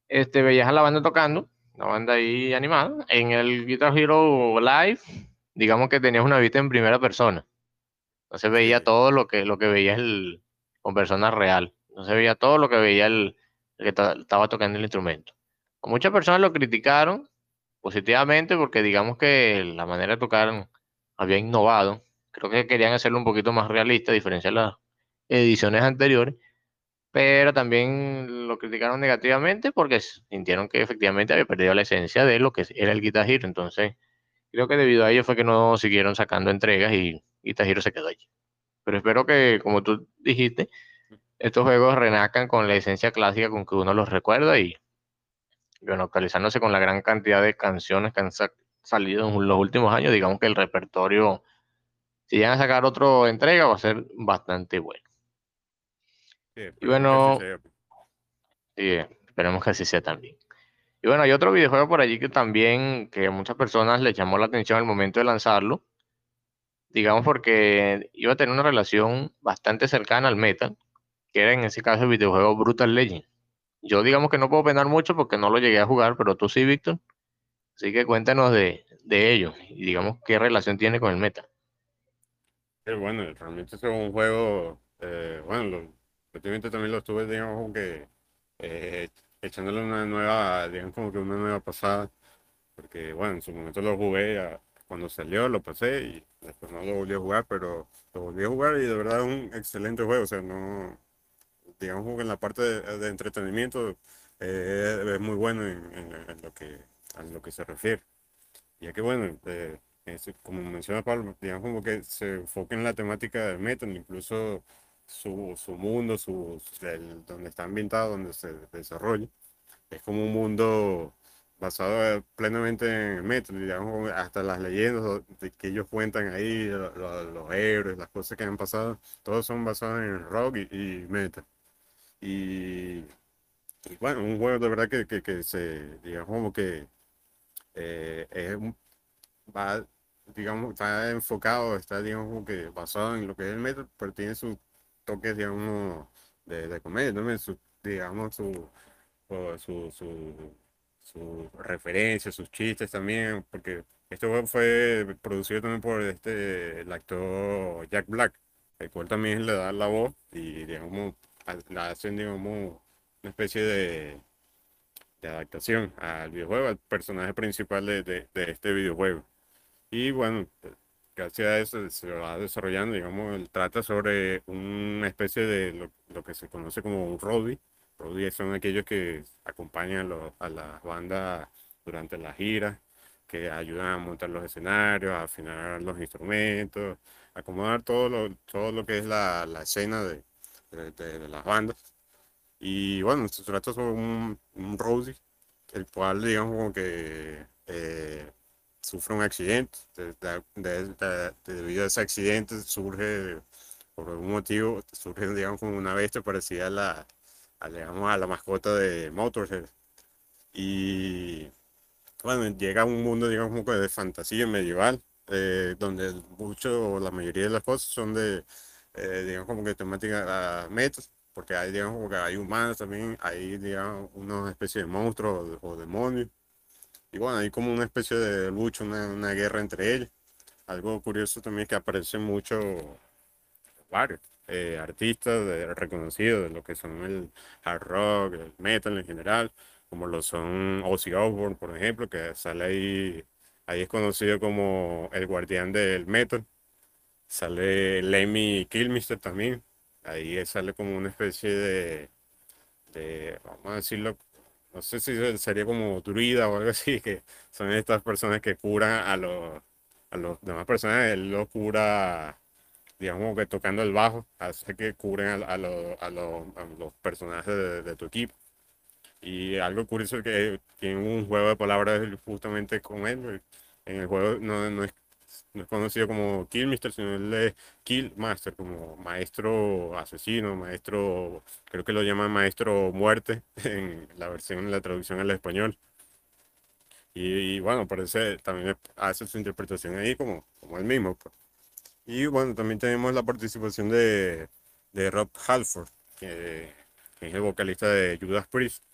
S1: este, veías a la banda tocando, la banda ahí animada. En el Guitar Hero Live, digamos que tenías una vista en primera persona. No se veía
S2: Sí,
S1: todo lo que, lo que veía el, con persona real. No se veía todo lo que veía el, el que ta- estaba tocando el instrumento. Muchas personas lo criticaron positivamente porque digamos que la manera de tocar había innovado. Creo que querían hacerlo un poquito más realista, a diferencia de las ediciones anteriores, pero también lo criticaron negativamente porque sintieron que efectivamente había perdido la esencia de lo que era el Guitar Hero. Entonces, creo que debido a ello fue que no siguieron sacando entregas y Guitar Hero se quedó allí. Pero espero que, como tú dijiste, estos juegos renazcan con la esencia clásica con que uno los recuerda y, y bueno, actualizándose con la gran cantidad de canciones que han sa- salido en los últimos años, digamos que el repertorio, si llegan a sacar otra entrega, va a ser bastante bueno.
S2: sí,
S1: Y
S2: esperemos que así
S1: bueno,
S2: sea, pues.
S1: sí, esperemos que así sea también. Y bueno, hay otro videojuego por allí que también, que a muchas personas les llamó la atención al momento de lanzarlo, digamos porque iba a tener una relación bastante cercana al Metal, que era en ese caso el videojuego Brutal Legend. Yo digamos que no puedo opinar mucho porque no lo llegué a jugar, pero tú sí, Víctor. Así que cuéntanos de, de ello y digamos qué relación tiene con el meta.
S2: Sí, bueno, realmente es un juego, eh, bueno, lo, últimamente también lo estuve, digamos, como que eh, echándole una nueva, digamos, como que una nueva pasada, porque, bueno, en su momento lo jugué a- cuando salió, lo pasé y después no lo volví a jugar, pero lo volví a jugar y de verdad es un excelente juego, o sea, no, digamos, como que en la parte de, de entretenimiento eh, es muy bueno en, en- en lo que, a lo que se refiere. Ya que bueno, eh, es- como menciona Pablo, digamos como que se enfoca en la temática del metal, incluso su, su mundo, su, el- donde está ambientado, donde se desarrolla. Es como un mundo basado eh, plenamente en el metal, digamos, como hasta las leyendas o- de que ellos cuentan ahí, lo- lo- los héroes, las cosas que han pasado, todos son basados en rock y, y metal. Y, y bueno, un juego de verdad que, que, que se, digamos como que eh, es un- va, digamos, está enfocado, está, digamos, como que basado en lo que es el metal, pero tiene sus toques, digamos, de, de comedia, también, su, digamos, su, o su, su, su referencia, sus chistes también, porque este juego fue producido también por este, el actor Jack Black, el cual también le da la voz y, digamos, a- la hacen, digamos, una especie de, de adaptación al videojuego, al personaje principal de, de de este videojuego. Y bueno, gracias a eso se va desarrollando, digamos, él trata sobre una especie de lo, lo que se conoce como un roadie. Roadie son aquellos que acompañan a, los- a las bandas durante la gira, que ayudan a montar los escenarios, a afinar los instrumentos, a acomodar todo lo, todo lo que es la, la escena de, de, de- de las bandas. Y bueno, se trata sobre un, un roadie el cual, digamos, como que eh, sufre un accidente. De- de- de- de- debido a ese accidente surge, por algún motivo, surge, digamos, como una bestia parecida a la, a, digamos, a la mascota de Motorhead. Y bueno, llega a un mundo, digamos, como que de fantasía medieval, eh, donde mucho, o la mayoría de las cosas son de, eh, digamos, como que temática a metas, porque hay, digamos, como que hay humanos también, hay, digamos, una especie de monstruos o, o demonios. Y bueno, hay como una especie de lucha, una, una guerra entre ellos. Algo curioso también es que aparecen muchos, varios eh, artistas de- reconocidos de lo que son el hard rock, el metal en general, como lo son Ozzy Osbourne, por ejemplo, que sale ahí, ahí es conocido como el guardián del metal. Sale Lemmy Kilmister también. Ahí sale como una especie de, de, vamos a decirlo, no sé si sería como druida o algo así, que son estas personas que curan a los, a los demás personas, él los cura, digamos que tocando el bajo, hace que curen a, a los, a los, a los personajes de, de tu equipo. Y algo curioso es que tiene un juego de palabras justamente con él. En el juego no, no es, no es conocido como Killmister, sino él es Killmaster, como maestro asesino, maestro, creo que lo llaman maestro muerte en la versión, en la traducción al español. Y, y bueno, parece, también hace su interpretación ahí como, como él mismo, pues. Y bueno, también tenemos la participación de, de Rob Halford, que, que es el vocalista de Judas Priest.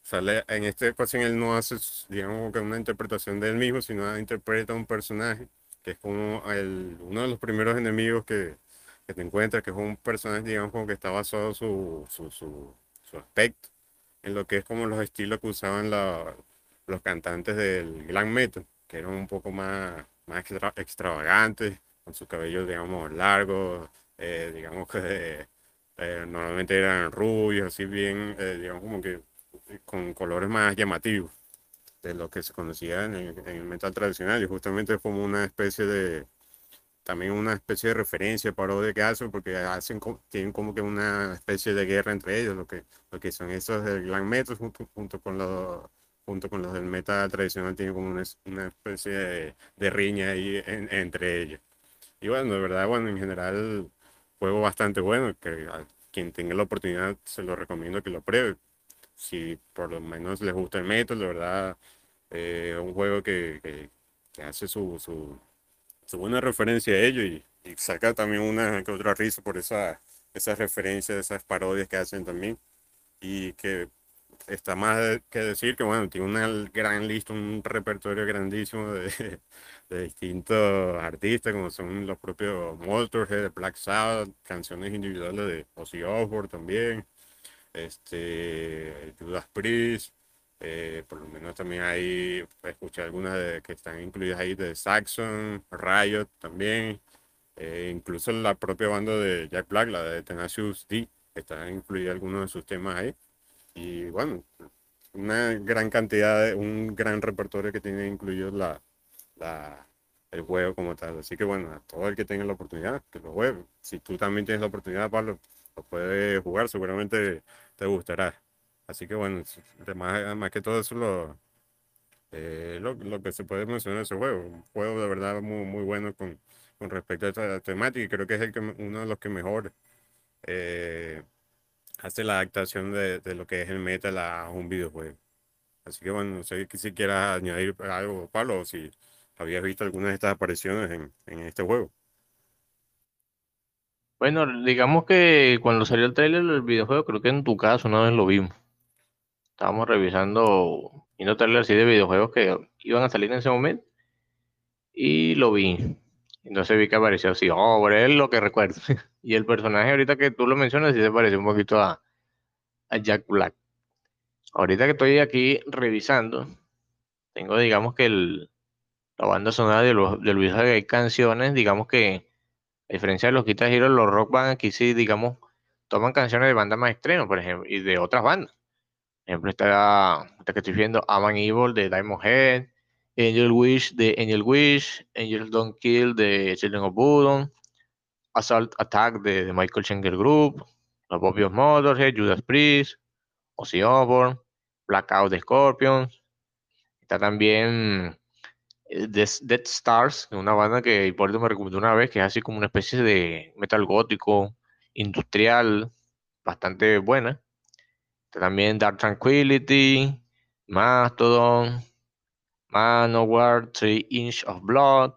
S2: sale en esta ocasión él no hace, digamos, que una interpretación de él mismo, sino interpreta a un personaje que es como el, uno de los primeros enemigos que, que te encuentras, que es un personaje, digamos, como que está basado su, su, su, su aspecto en lo que es como los estilos que usaban la- los cantantes del glam metal, que eran un poco más, más extra- extravagantes, con sus cabellos, digamos, largos, eh, digamos que eh, normalmente eran rubios, así bien, eh, digamos, como que con colores más llamativos de lo que se conocía en el, en el metal tradicional, y justamente es como una especie de también una especie de referencia, parodia que hacen, porque hacen, co- tienen como que una especie de guerra entre ellos, lo que, lo que son esos del glam metal junto, junto con los, junto con los del metal tradicional, tienen como una, es- una especie de, de riña ahí en- entre ellos. Y bueno, de verdad, bueno, en general, juego bastante bueno, que a quien tenga la oportunidad se lo recomiendo que lo pruebe. Si por lo menos les gusta el metal, de verdad, eh, un juego que, que, que hace su, su, su buena referencia a ello y, y saca también una que otra risa por esa, esas referencias, esas parodias que hacen también. Y que está más de- que decir que, bueno, tiene una gran lista, un repertorio grandísimo de, de distintos artistas, como son los propios Motorhead, Black Sabbath, canciones individuales de Ozzy Osbourne también, este, Judas Priest, eh, por lo menos también hay, escuché algunas de, que están incluidas ahí de Saxon, Riot también, eh, incluso la propia banda de Jack Black, la de Tenacious D, están incluidos algunos de sus temas ahí. Y bueno, una gran cantidad, de, un gran repertorio que tiene incluido la, la, el juego como tal. Así que bueno, a todo el que tenga la oportunidad, que lo juegue. Si tú también tienes la oportunidad, Pablo, lo puedes jugar, seguramente te gustará. Así que bueno, más, más que todo eso lo, eh, lo, lo que se puede mencionar de ese juego. Un juego de verdad muy, muy bueno con, con respecto a esta temática y creo que es el que, uno de los que mejor eh, hace la adaptación de, de lo que es el metal a un videojuego. Así que bueno, no sé que si quieras añadir algo, Pablo, o si habías visto alguna de estas apariciones en, en este juego.
S1: Bueno, digamos que cuando salió el trailer del videojuego, creo que en tu caso una vez lo vimos. Estábamos revisando, viendo trailers así de videojuegos que iban a salir en ese momento y lo vi. Entonces vi que apareció así, oh, pero es lo que recuerdo. Y el personaje ahorita que tú lo mencionas sí se parece un poquito a, a Jack Black. Ahorita que estoy aquí revisando, tengo digamos que el, la banda sonora de los, del videojuego que hay canciones, digamos que a diferencia de los Guitar Hero, los Rock Band aquí sí, digamos, toman canciones de bandas más estrenos, por ejemplo, y de otras bandas. Por ejemplo, está, esta que estoy viendo, Aman Evil de Diamond Head, Angel Wish de Angel Wish, Angels Don't Kill de Children of Bodom, Assault Attack de, de Michael Schenker Group, Los Bobby of Motorhead, Judas Priest, Ozzy Osbourne, Blackout de Scorpions. Está también eh, Death, Death Stars, una banda que Hipólito me recomendó una vez, que es así como una especie de metal gótico, industrial, bastante buena. Está también Dark Tranquility, Mastodon, Manowar, Three Inch of Blood.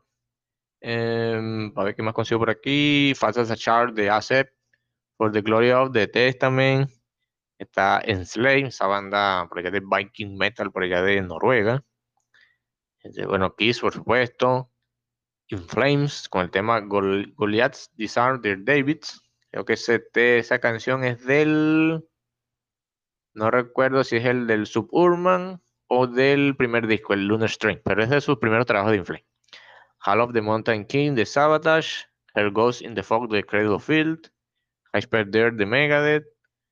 S1: em, a ver qué más consigo por aquí. Fast as a Chart de Accept, For the Glory of the Testament. Está Enslaved, esa banda por allá de Viking Metal, por allá de Noruega. Este, bueno, Kiss, por supuesto. In Flames, con el tema Gol Goliath's Disarm de Davids. Creo que ese te- esa canción es del. No recuerdo si es el del Suburban o del primer disco, el Lunar String, pero es de sus primeros trabajos de Inflame. Hall of the Mountain King de Sabotage, Her Ghost in the Fog de Cradle Field, Hyper Dare de Megadeth,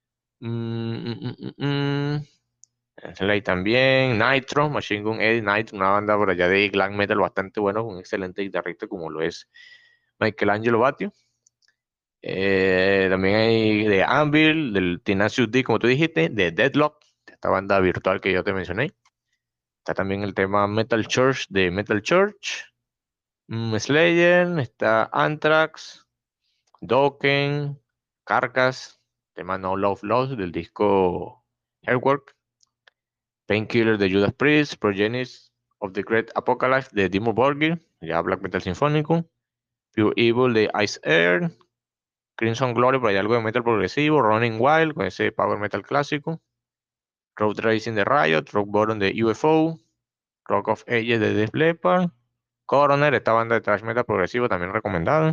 S1: mm, mm, mm, mm, mm, Slade también, Nitro, Machine Gun Eddie Nitro, una banda por allá de glam metal bastante bueno, con un excelente guitarrista como lo es Michelangelo Batio. Eh, también hay de Anvil, del Tenacious D, como tú dijiste, de Deadlock, esta banda virtual que yo te mencioné. Está también el tema Metal Church de Metal Church. mm, Slayer, está Anthrax, Dokken, Carcass, tema No Love Lost del disco Airwork. Painkiller de Judas Priest, Progenies of the Great Apocalypse de Dimmu Borgir, ya Black Metal Sinfónico. Pure Evil de Ice Air. Crimson Glory, por ahí algo de metal progresivo. Running Wild, con ese power metal clásico. Road Racing de Riot, Rock Bottom de U F O, Rock of Ages de Def Leppard, Coroner, esta banda de thrash metal progresivo también recomendada.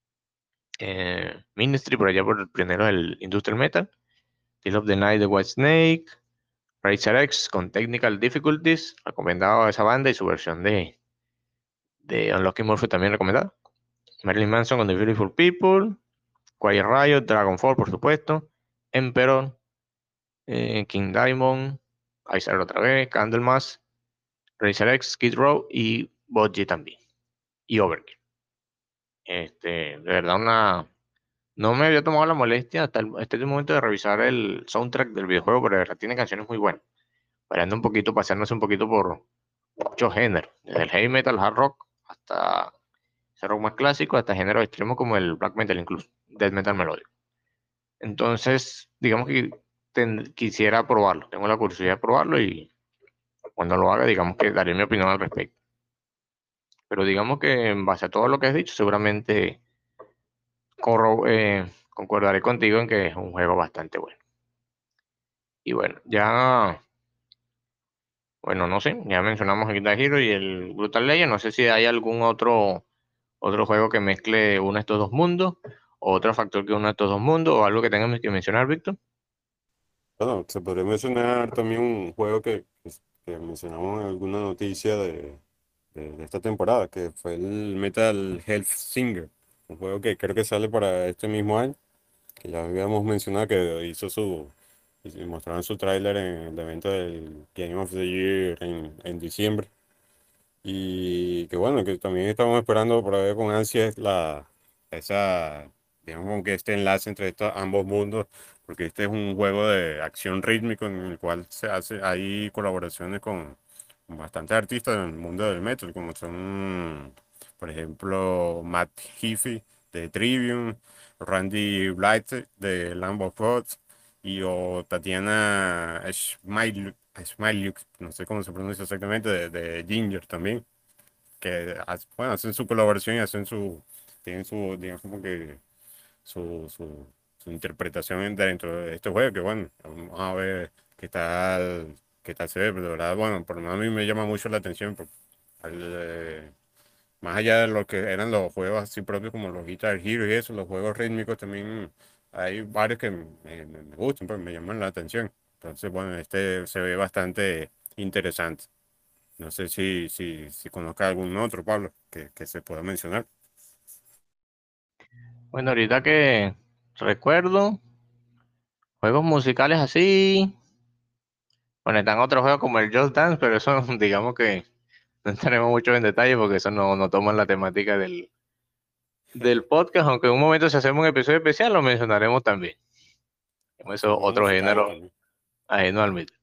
S1: Eh, Ministry, por allá por el pionero del Industrial Metal. Till of the Night de Whitesnake. Razer X con Technical Difficulties, recomendado a esa banda y su versión de, de Unlocking Morphe también recomendada. Marilyn Manson con The Beautiful People. Quiet Riot, Dragonfall, por supuesto. Emperor, eh, King Diamond, Ice otra vez, Candlemas, Razer X, Skid Row y Bodji también. Y Overkill. Este, de verdad, una. No me había tomado la molestia hasta el, este momento de revisar el soundtrack del videojuego, pero de verdad tiene canciones muy buenas. Variando un poquito, paseándose un poquito por muchos géneros, desde el heavy metal, hard rock, hasta ese rock más clásico, hasta géneros extremos como el black metal incluso, death metal melódico. Entonces, digamos que ten- quisiera probarlo, tengo la curiosidad de probarlo y cuando lo haga, digamos que daré mi opinión al respecto. Pero digamos que en base a todo lo que has dicho, seguramente corro- eh, concordaré contigo en que es un juego bastante bueno. Y bueno, ya, bueno, no sé, ya mencionamos el Guitar Hero y el Brutal Legend, no sé si hay algún otro, otro juego que mezcle uno de estos dos mundos, o otro factor que una de estos dos mundos, o algo que tengas que mencionar, Víctor.
S2: Bueno, se podría mencionar también un juego que, que mencionamos en alguna noticia de, de, de esta temporada, que fue el Metal Health Singer, un juego que creo que sale para este mismo año, que ya habíamos mencionado que hizo su, y mostraron su tráiler en el evento del Game of the Year en, en diciembre. Y que bueno, que también estamos esperando para ver con ansias la, esa, digamos, como que este enlace entre estos ambos mundos, porque este es un juego de acción rítmico en el cual se hace, hay colaboraciones con, con bastantes artistas en el mundo del metal, como son, por ejemplo, Matt Heafy de Trivium, Randy Blythe de Lamb of God, y o Tatiana Smiluk, Smiluk, no sé cómo se pronuncia exactamente, de, de Ginger también, que ha- bueno, hacen su colaboración y hacen su, tienen su, digamos como que su, su, su interpretación en- dentro de este juego, que bueno, vamos a ver qué tal, qué tal se ve, pero de verdad, bueno, por lo menos a mí me llama mucho la atención, porque al, eh, más allá de lo que eran los juegos así propios como los Guitar Hero y eso, los juegos rítmicos también hay varios que me, me- me gustan, pues me llaman la atención. Entonces, bueno, este se ve bastante interesante. No sé si, si, si conozca algún otro, Pablo, que, que se pueda mencionar.
S1: Bueno, ahorita que recuerdo, juegos musicales así, bueno, están otros juegos como el Just Dance, pero eso digamos que no entraremos mucho en detalle porque eso no, no toma la temática del, del podcast, aunque en un momento si hacemos un episodio especial lo mencionaremos también. Como
S2: Son
S1: eso,
S2: juegos
S1: otro
S2: musicales
S1: género
S2: también.
S1: ajeno al metal.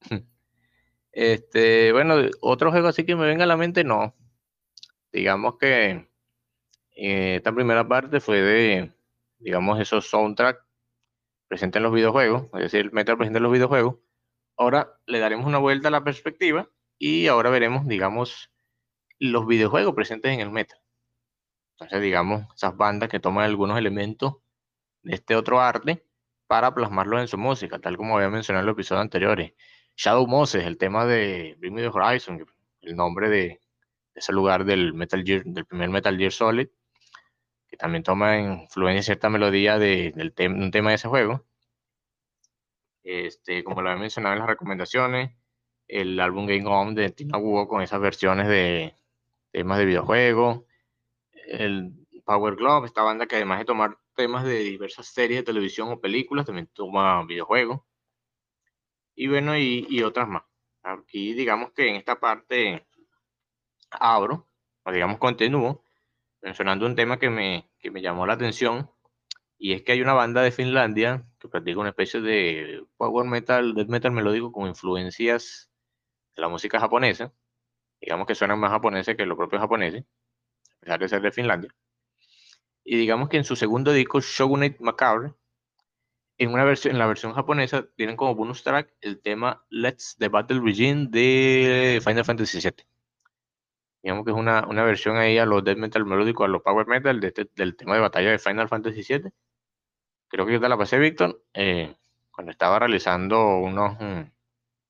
S1: Este, bueno, otro juego así que me venga a la mente, no. Digamos que eh, esta primera parte fue de, digamos, esos soundtracks presentes en los videojuegos, es decir, el metal presente en los videojuegos. Ahora le daremos una vuelta a la perspectiva y ahora veremos, digamos, los videojuegos presentes en el metal. Entonces, digamos, esas bandas que toman algunos elementos de este otro arte para plasmarlos en su música, tal como había mencionado en los episodios anteriores. Shadow Moses, el tema de Bring Me the Horizon, el nombre de ese lugar del Metal Gear, del primer Metal Gear Solid, que también toma influencia cierta melodía de, del tem un tema de ese juego. Este, como lo había mencionado en las recomendaciones, el álbum Game On de Tina Wu con esas versiones de temas de videojuegos, el Power Glove, esta banda que además de tomar temas de diversas series de televisión o películas, también toma videojuegos, y bueno, y, y otras más. Aquí digamos que en esta parte abro, o digamos continúo, mencionando un tema que me, que me llamó la atención, y es que hay una banda de Finlandia que practica una especie de power metal, death metal melódico con influencias de la música japonesa, digamos que suenan más japoneses que los propios japoneses, a pesar de ser de Finlandia. Y digamos que en su segundo disco, Shogunate Macabre, en, una versión, en la versión japonesa, tienen como bonus track el tema Let's the Battle Begin de Final Fantasy siete. Digamos que es una, una versión ahí a los death metal melódico, a los power metal de este- del tema de batalla de Final Fantasy siete. Creo que yo te la pasé, Víctor, eh, cuando estaba realizando unos, mm,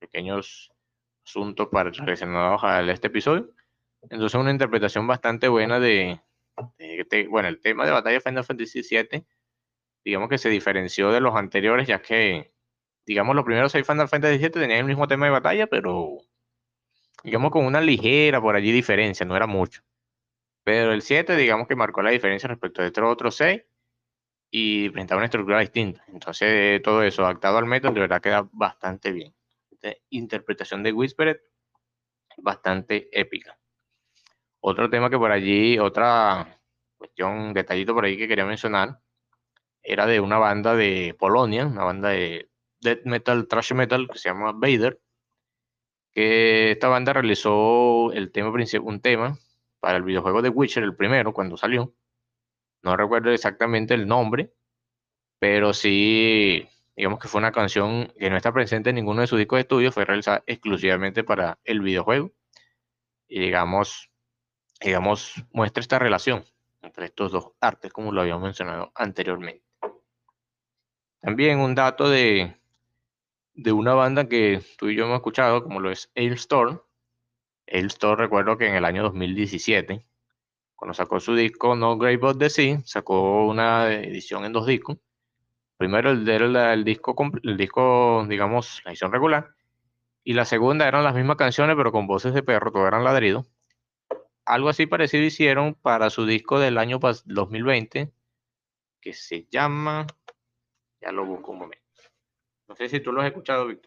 S1: pequeños asuntos para, relacionados a este episodio. Entonces una interpretación bastante buena de, de, de, bueno, el tema de batalla de Final Fantasy siete, digamos que se diferenció de los anteriores, ya que, digamos, los primeros seis Final Fantasy siete tenían el mismo tema de batalla, pero, digamos, con una ligera por allí diferencia, no era mucho. Pero el siete, digamos que marcó la diferencia respecto de estos otros seis y presentaba una estructura distinta. Entonces, todo eso adaptado al metal, de verdad queda bastante bien. Esta interpretación de Whispered, bastante épica. Otro tema que por allí, otra cuestión, detallito por ahí que quería mencionar, era de una banda de Polonia, una banda de death metal, thrash metal, que se llama Vader, que esta banda realizó el tema principal, un tema para el videojuego de Witcher, el primero, cuando salió. No recuerdo exactamente el nombre, pero sí, digamos que fue una canción que no está presente en ninguno de sus discos de estudio, fue realizada exclusivamente para el videojuego. Y digamos, digamos, muestra esta relación entre estos dos artes, como lo habíamos mencionado anteriormente. También un dato de, de una banda que tú y yo hemos escuchado, como lo es Hailstorm. Hailstorm, recuerdo que en el año dos mil diecisiete, cuando sacó su disco No Grave But the Sea, sacó una edición en dos discos. Primero el, de- el, el disco, comp- el disco, digamos, la edición regular, y la segunda eran las mismas canciones, pero con voces de perro, todo eran ladridos. Algo así parecido hicieron para su disco del año pas- dos mil veinte, que se llama, ya lo busco un momento. No sé si tú lo has escuchado, Víctor.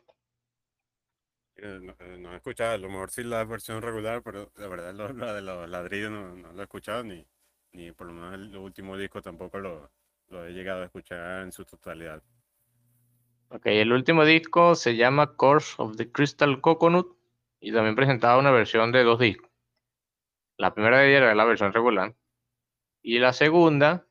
S2: Eh, No, eh, no he escuchado, a lo mejor sí la versión regular, pero la verdad lo, la de los ladrillos no, no lo he escuchado, ni, ni por lo menos el último disco tampoco lo, lo he llegado a escuchar en su totalidad.
S1: Ok, el último disco se llama Course of the Crystal Coconut y también presentaba una versión de dos discos. La primera de ellas era la versión regular y la segunda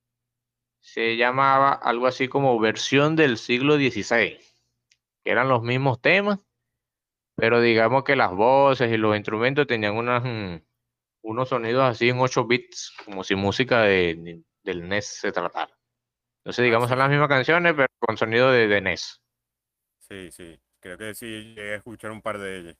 S1: se llamaba algo así como versión del siglo dieciséis, que eran los mismos temas, pero digamos que las voces y los instrumentos tenían unas, mm, unos sonidos así en ocho bits, como si música de, del N E S se tratara. Entonces,
S2: Ah,
S1: digamos,
S2: sí,
S1: son las
S2: sí,
S1: mismas canciones, pero con sonido de, de N E S.
S2: sí, sí, creo que sí llegué a escuchar un par de ellas.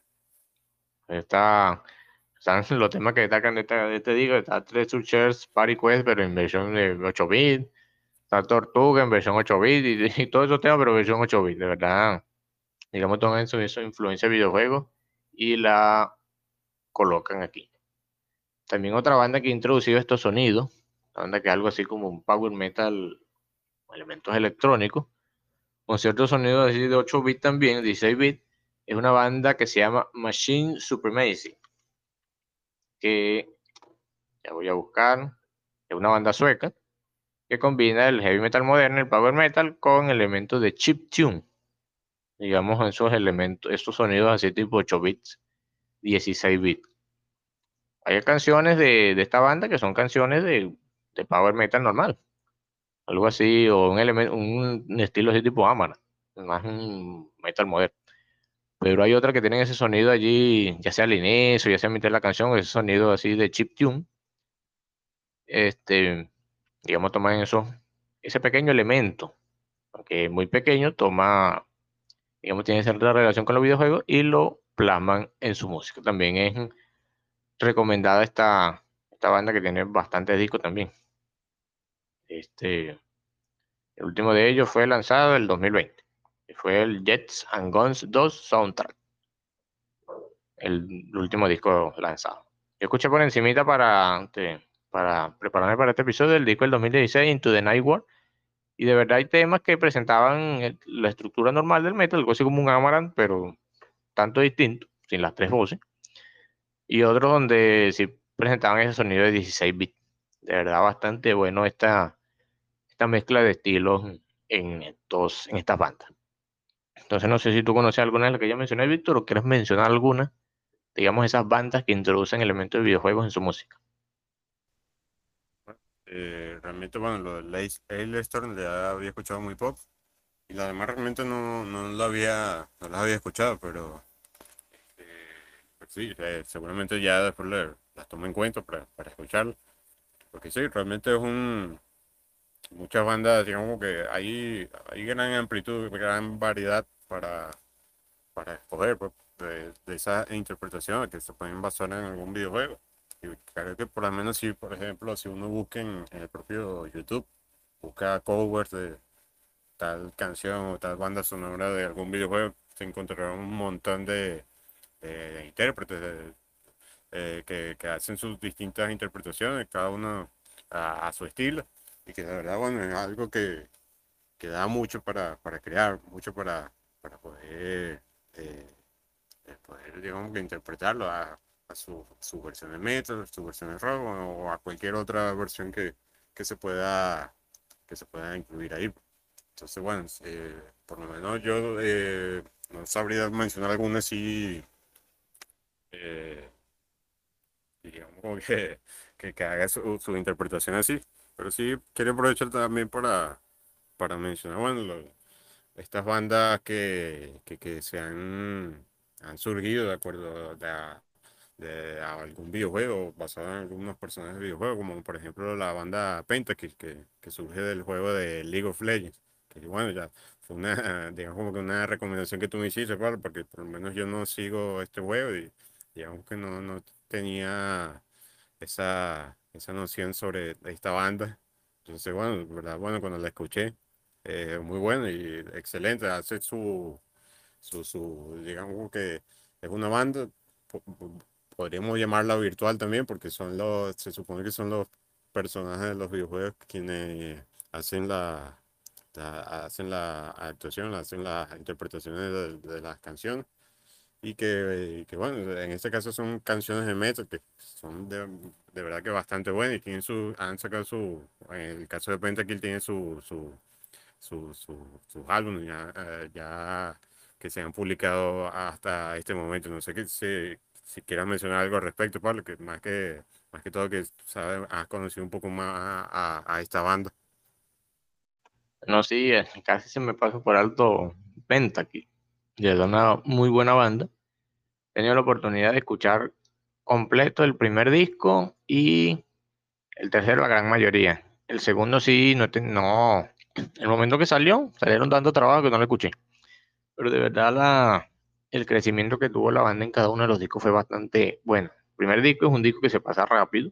S1: Está, están los temas que destacan de este, de este disco, está Treasure Chest Party Quest, pero en versión de ocho bits, está Tortuga en versión ocho bits, y, y todos esos temas, pero en versión ocho bits, de verdad, digamos, toman eso, eso influencia de videojuegos y la colocan aquí. También otra banda que ha introducido estos sonidos, una banda que es algo así como un power metal, elementos electrónicos, con ciertos sonidos así de ocho bits también, dieciséis bits, es una banda que se llama Machine Supremacy, que ya voy a buscar, es una banda sueca que combina el heavy metal moderno, el power metal, con elementos de chip tune, digamos esos elementos, estos sonidos así tipo ocho bits, dieciséis bits. Hay canciones de, de esta banda que son canciones de, de power metal normal, algo así, o un elemento, un estilo así tipo Amara, más un metal moderno. Pero hay otras que tienen ese sonido allí, ya sea al inicio, ya sea a mitad de la canción, ese sonido así de chip tune, este, digamos, toman eso, ese pequeño elemento, aunque es muy pequeño, toma, digamos, tiene cierta relación con los videojuegos y lo plasman en su música. También es recomendada esta, esta banda que tiene bastantes discos también. Este, el último de ellos fue lanzado el dos mil veinte, que fue el Jets and Guns dos Soundtrack, el último disco lanzado. Yo escuché por encimita para, este, para prepararme para este episodio el disco del dos mil dieciséis, Into the Night War, y de verdad hay temas que presentaban el- la estructura normal del metal, algo así como un Amaranth, pero tanto distinto, sin las tres voces, y otros donde sí presentaban ese sonido de dieciséis bits. De verdad bastante bueno esta, esta mezcla de estilos en, estos, en estas bandas. Entonces no sé si tú conoces alguna de las que ya mencioné, Víctor, o quieres mencionar alguna, digamos, esas bandas que introducen elementos de videojuegos en su música.
S2: Eh, realmente, bueno, lo de Hailstorm ya había escuchado muy poco y las demás realmente no, no lo había, no las había escuchado, pero eh, pues sí, eh, seguramente ya después le- las tomo en cuenta para, para escucharlas, porque sí, realmente es un, muchas bandas, digamos que hay, hay gran amplitud, gran variedad para, para escoger pues, de, de esas interpretaciones que se pueden basar en algún videojuego. Y creo que por lo menos si, por ejemplo, si uno busca en, en el propio YouTube, busca covers de tal canción o tal banda sonora de algún videojuego, se encontrará un montón de, de- de intérpretes de- eh, que, que hacen sus distintas interpretaciones, cada uno a, a su estilo. Y que de verdad, bueno, es algo que, que da mucho para, para crear, mucho para, para poder, eh, eh, poder, digamos, que interpretarlo a, a su, su versión de metal, su versión de rock o a cualquier otra versión que, que se pueda, que se pueda incluir ahí. Entonces, bueno, eh, por lo menos yo eh, no sabría mencionar alguna así, eh, digamos, como que, que, que haga su, su interpretación así. Pero sí quería aprovechar también para, para mencionar, bueno, lo- estas bandas que, que, que se han, han surgido de acuerdo a, de a algún videojuego basado en algunos personajes de videojuegos, como por ejemplo la banda Pentakill, que, que surge del juego de League of Legends. Que bueno, ya fue una, digamos como que una recomendación que tú me hiciste, Pablo, porque por lo menos yo no sigo este juego y digamos que no, no tenía esa, esa noción sobre esta banda. Entonces, bueno, verdad, bueno, cuando la escuché, eh, muy bueno y excelente, hace su, su, su, digamos que es una banda, po- po- podríamos llamarla virtual también, porque son los, se supone que son los personajes de los videojuegos quienes hacen la, la- hacen la actuación, hacen las interpretaciones de, de las canciones. Y que, y que, bueno, en este caso son canciones de metal que son de, de verdad que bastante buenas y tienen su, han sacado su, en el caso de Pentakill tiene su, su, su, su- sus álbumes ya, eh, ya que se han publicado hasta este momento. No sé que, si, si quieras mencionar algo al respecto, Pablo, que más que, más que todo que sabes, has conocido un poco más a, a- a esta banda.
S1: No, sí, eh, casi se me pasó por alto Pentakill. Y es una muy buena banda. He tenido la oportunidad de escuchar completo el primer disco y el tercero la gran mayoría. El segundo sí, no, te- no, el momento que salió, salieron tanto trabajo que no lo escuché. Pero de verdad la, el crecimiento que tuvo la banda en cada uno de los discos fue bastante bueno. El primer disco es un disco que se pasa rápido.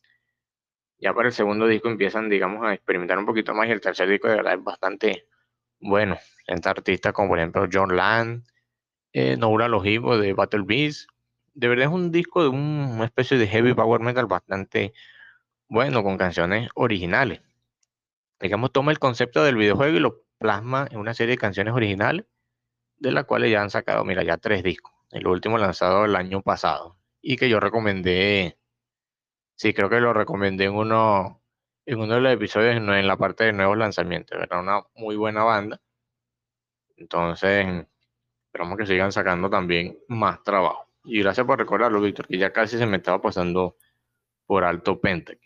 S1: Ya para el segundo disco empiezan, digamos, a experimentar un poquito más y el tercer disco de verdad es bastante bueno. Entre artistas como por ejemplo John Land, eh, Noura Lojibo de Battle Beast. De verdad es un disco de un- una especie de heavy power metal bastante bueno, con canciones originales. Digamos, toma el concepto del videojuego y lo plasma en una serie de canciones originales, de las cuales ya han sacado, mira, ya tres discos. El último lanzado el año pasado. Y que yo recomendé, sí, creo que lo recomendé en uno, en uno de los episodios, en en la parte de nuevos lanzamientos, ¿verdad? Una muy buena banda. Entonces, esperamos que sigan sacando también más trabajo. Y gracias por recordarlo, Víctor, que ya casi se me estaba pasando por alto Pentec.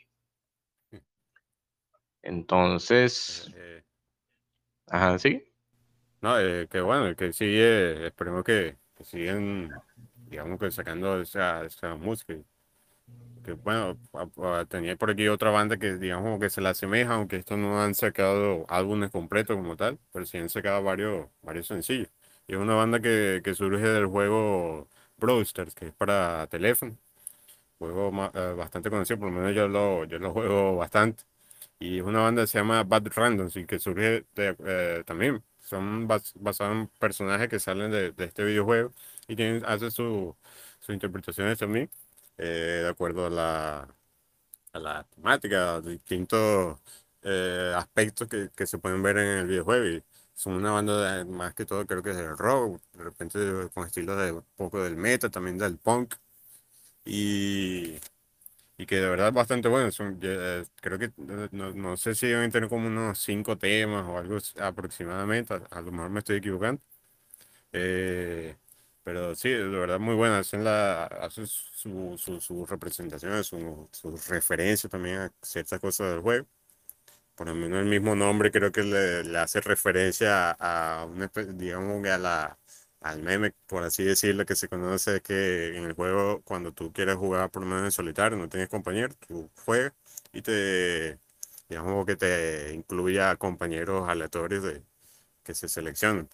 S2: Eh,
S1: Entonces,
S2: eh,
S1: ajá, sí.
S2: no, eh, que bueno, que sigue, esperemos que, que sigan, digamos que sacando esa, esa música. Que bueno, a- a- tenía por aquí otra banda que digamos como que se la asemeja, aunque estos no han sacado álbumes completos como tal, pero sí han sacado varios, varios sencillos. Y es una banda que, que surge del juego Brawl Stars, que es para teléfono, juego ma- eh, bastante conocido, por lo menos yo lo, yo lo juego bastante. Y es una banda que se llama Bad Randoms y que surge de, eh, también, son bas- basados en personajes que salen de, de este videojuego y tienen, hace su, sus interpretaciones también, eh, de acuerdo a la a la temática, a distintos eh, aspectos que, que se pueden ver en el videojuego. Y son una banda de- más que todo, creo que es del rock, de repente con estilos de un poco del metal, también del punk. Y, y que de verdad es bastante bueno. Son, eh, creo que eh, no, no sé si deben tener como unos cinco temas o algo aproximadamente, a, a lo mejor me estoy equivocando. Eh, pero sí, de verdad muy buena. Hacen la, hacen su, su, su representación, su, su referencia también a ciertas cosas del juego. Por lo menos el mismo nombre creo que le, le hace referencia a, a una, espe- digamos que a la, al meme, por así decirlo, que se conoce que en el juego, cuando tú quieres jugar por lo menos en solitario, no tienes compañero, tú juegas y te, digamos que te incluye a compañeros aleatorios de, que se seleccionan.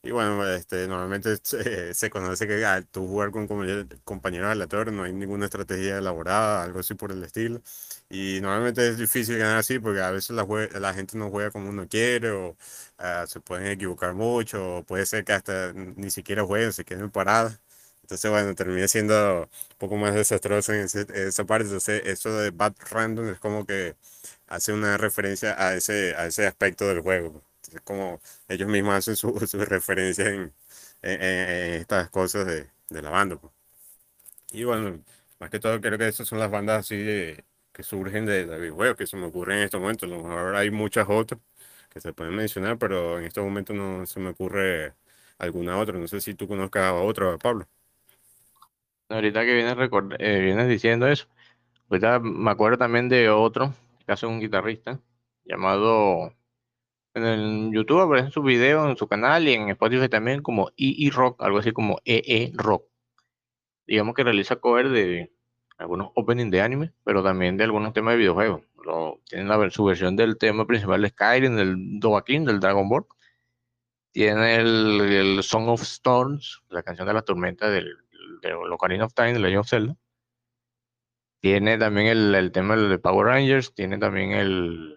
S2: Y bueno, este, normalmente se, se conoce que al tú jugar con compañe- compañeros aleatorios no hay ninguna estrategia elaborada, algo así por el estilo. Y normalmente es difícil ganar así porque a veces la, jue- la gente no juega como uno quiere o ah, se pueden equivocar mucho o puede ser que hasta ni siquiera jueguen, se queden parados. Entonces, bueno, termina siendo un poco más desastroso en ese- esa parte. Entonces, eso de Bad Random es como que hace una referencia a ese, a ese aspecto del juego. Entonces, como ellos mismos hacen su, su referencia en, en- en estas cosas de, de la banda, pues. Y bueno, más que todo creo que esas son las bandas así de- que surgen de, de videojuegos que se me ocurren en estos momentos. A lo mejor hay muchas otras que se pueden mencionar, pero en estos momentos no se me ocurre alguna otra. No sé si tú conozcas a otra, Pablo.
S1: Ahorita que vienes, record- eh, vienes diciendo eso, ahorita me acuerdo también de otro, que hace un guitarrista, llamado, en el YouTube aparecen sus videos en su canal y en Spotify también como E E Rock, algo así como E E Rock. Digamos que realiza cover de algunos openings de anime, pero también de algunos temas de videojuegos. Lo, tiene la, ver- su versión del tema principal de Skyrim, del Dovahkiin, del Dragon Ball. Tiene el, el Song of Storms, la canción de la tormenta del, de Ocarina of Time, de Legend of Zelda. Tiene también el, el tema de Power Rangers, tiene también el,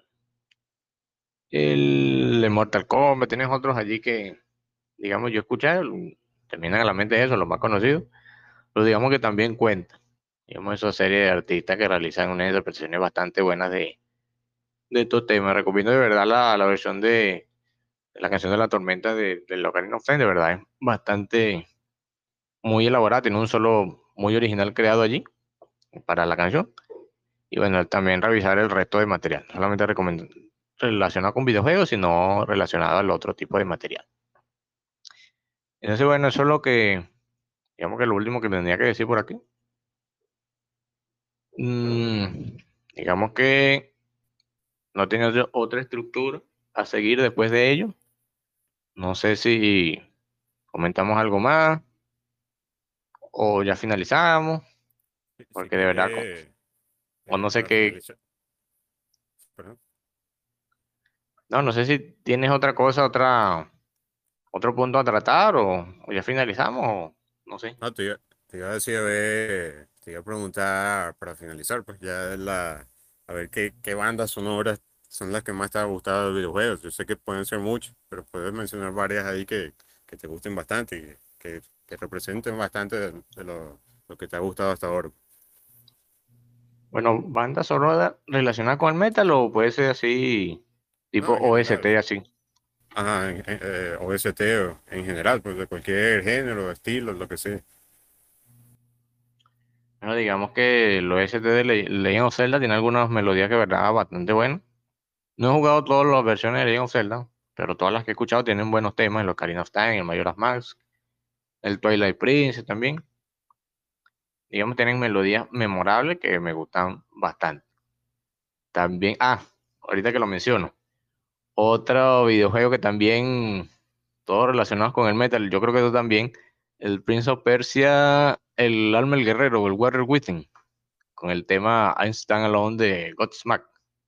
S1: el de Mortal Kombat, tienes otros allí que, digamos, yo escuché, terminan a la mente eso, los más conocidos, pero digamos que también cuentan. Digamos, esa serie de artistas que realizan unas interpretaciones bastante buenas de, de estos temas. Recomiendo de verdad la, la versión de, de la canción de la tormenta de, de Ocarina of Time, de verdad, es bastante muy elaborada, tiene un solo muy original creado allí para la canción. Y bueno, también revisar el resto de material, no solamente recomiendo relacionado con videojuegos, sino relacionado al otro tipo de material. Entonces, bueno, eso es lo que, digamos que lo último que tendría que decir por aquí. Mm, digamos que no tenía otra otra estructura a seguir después de ello. No sé si comentamos algo más o ya finalizamos,
S2: Si, si
S1: porque de verdad, co-
S2: quiere,
S1: o
S2: eh,
S1: no sé
S2: para
S1: qué,
S2: finalizar, perdón.
S1: no, no sé si tienes otra cosa, otra, otro punto a tratar o, o ya finalizamos o no sé.
S2: No, te iba, te iba a decir, a ver, te iba a preguntar para finalizar, pues ya la, a ver qué, qué bandas sonoras son las que más te han gustado de los videojuegos. Yo sé que pueden ser muchas, pero puedes mencionar varias ahí que, que te gusten bastante y que, que representen bastante de, de lo, lo que te ha gustado hasta ahora.
S1: Bueno, banda sonora relacionada con el metal o puede ser así, tipo
S2: No, en general.
S1: O S T así.
S2: Ajá, en- en- eh, O S T o en general, pues de cualquier género, estilo, lo que sea.
S1: Bueno, digamos que el O S T de Le- Legend of Zelda tiene algunas melodías que de verdad bastante buenas. No he jugado todas las versiones de Legend of Zelda, pero todas las que he escuchado tienen buenos temas, el Ocarina of Time, el Majora's Mask, el Twilight Princess también. Digamos, tienen melodías memorables que me gustan bastante. También, ah, ahorita que lo menciono, otro videojuego que también, todos relacionados con el metal, yo creo que tú también, el Prince of Persia, el Alma del Guerrero o el Warrior Within, con el tema I'm Stand Alone de Godsmack.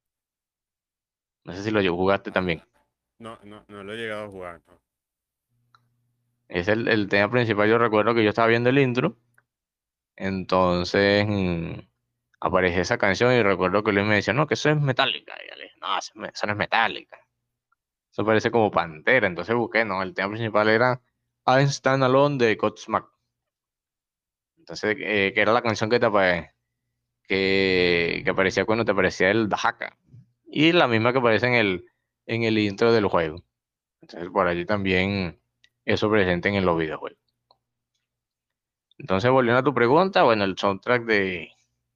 S1: No sé si lo jugaste también.
S2: Ah, no, no, no lo he llegado a jugar, no.
S1: Es el, el tema principal, yo recuerdo que yo estaba viendo el intro, entonces mm, aparece esa canción y recuerdo que Luis me decía, no, que eso es Metallica. Y yo le dije, no, eso, eso no es Metallica. Eso parece como Pantera. Entonces busqué, no, el tema principal era I'm Stand Alone de Godsmack. Entonces, eh, que era la canción que te apa- que, que aparecía cuando te aparecía el Dahaka. Y la misma que aparece en el, en el intro del juego. Entonces, por allí también eso presente en los videojuegos. Entonces, volviendo a tu pregunta, bueno, el soundtrack de,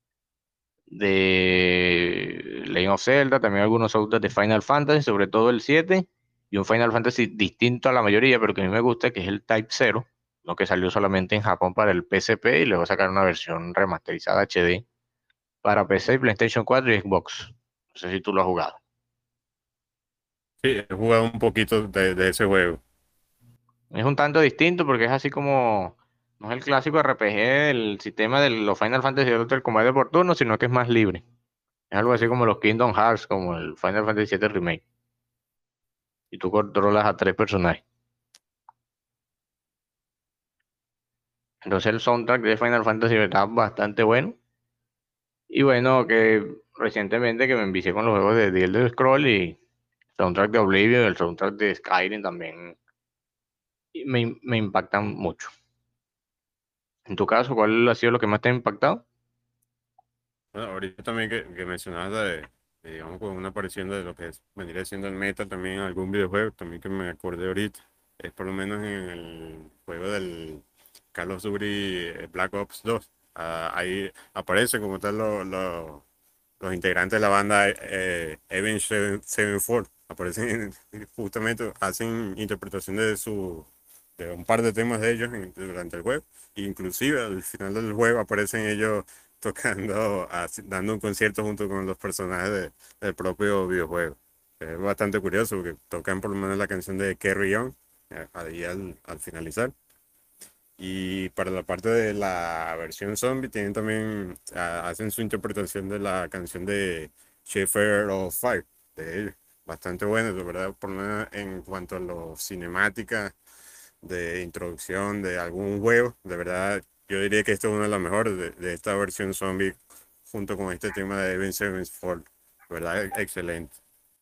S1: de Legend of Zelda, también algunos soundtracks de Final Fantasy, sobre todo el siete y un Final Fantasy distinto a la mayoría, pero que a mí me gusta, que es el Type cero, lo que salió solamente en Japón para el P S P y luego sacar una versión remasterizada H D para P C, PlayStation cuatro y Xbox. No sé si tú lo has jugado.
S2: Sí, he jugado un poquito de, de ese juego.
S1: Es un tanto distinto porque es así como, no es el clásico R P G, el sistema de los Final Fantasy del otro, el combate por turno, sino que es más libre. Es algo así
S2: Sí.
S1: como los Kingdom Hearts, como el Final Fantasy siete Remake. Y tú controlas a tres personajes. Entonces el soundtrack de Final Fantasy está bastante bueno. Y bueno, que recientemente que me envicié con los juegos de The Elder Scroll y el soundtrack de Oblivion, el soundtrack de Skyrim también me, me impactan mucho. En tu caso, ¿cuál ha sido lo que más te ha impactado?
S2: Bueno, ahorita también que, que mencionabas de, de, digamos, con una aparición de lo que es, vendría siendo el meta también en algún videojuego, también que me acordé ahorita, es por lo menos en el juego del Call of Duty eh, Black Ops dos. Ah, ahí aparecen como tal los, los, los integrantes de la banda eh, Avenged Seven- Sevenfold, aparecen en- justamente, hacen interpretación de su de un par de temas de ellos en- durante el juego. Inclusive al final del juego aparecen ellos tocando, así- dando un concierto junto con los personajes de- del propio videojuego. Es bastante curioso porque tocan por lo menos la canción de Carry On eh, ahí al, al finalizar. Y para la parte de la versión zombie, tienen también, ah, hacen su interpretación de la canción de Schaefer of Fire, de ellos. Bastante bueno, de verdad, por lo menos en cuanto a lo cinemática de introducción de algún juego. De verdad, yo diría que esto es uno de los mejores de, de esta versión zombie junto con este tema de Event Sevenfold. De verdad, excelente.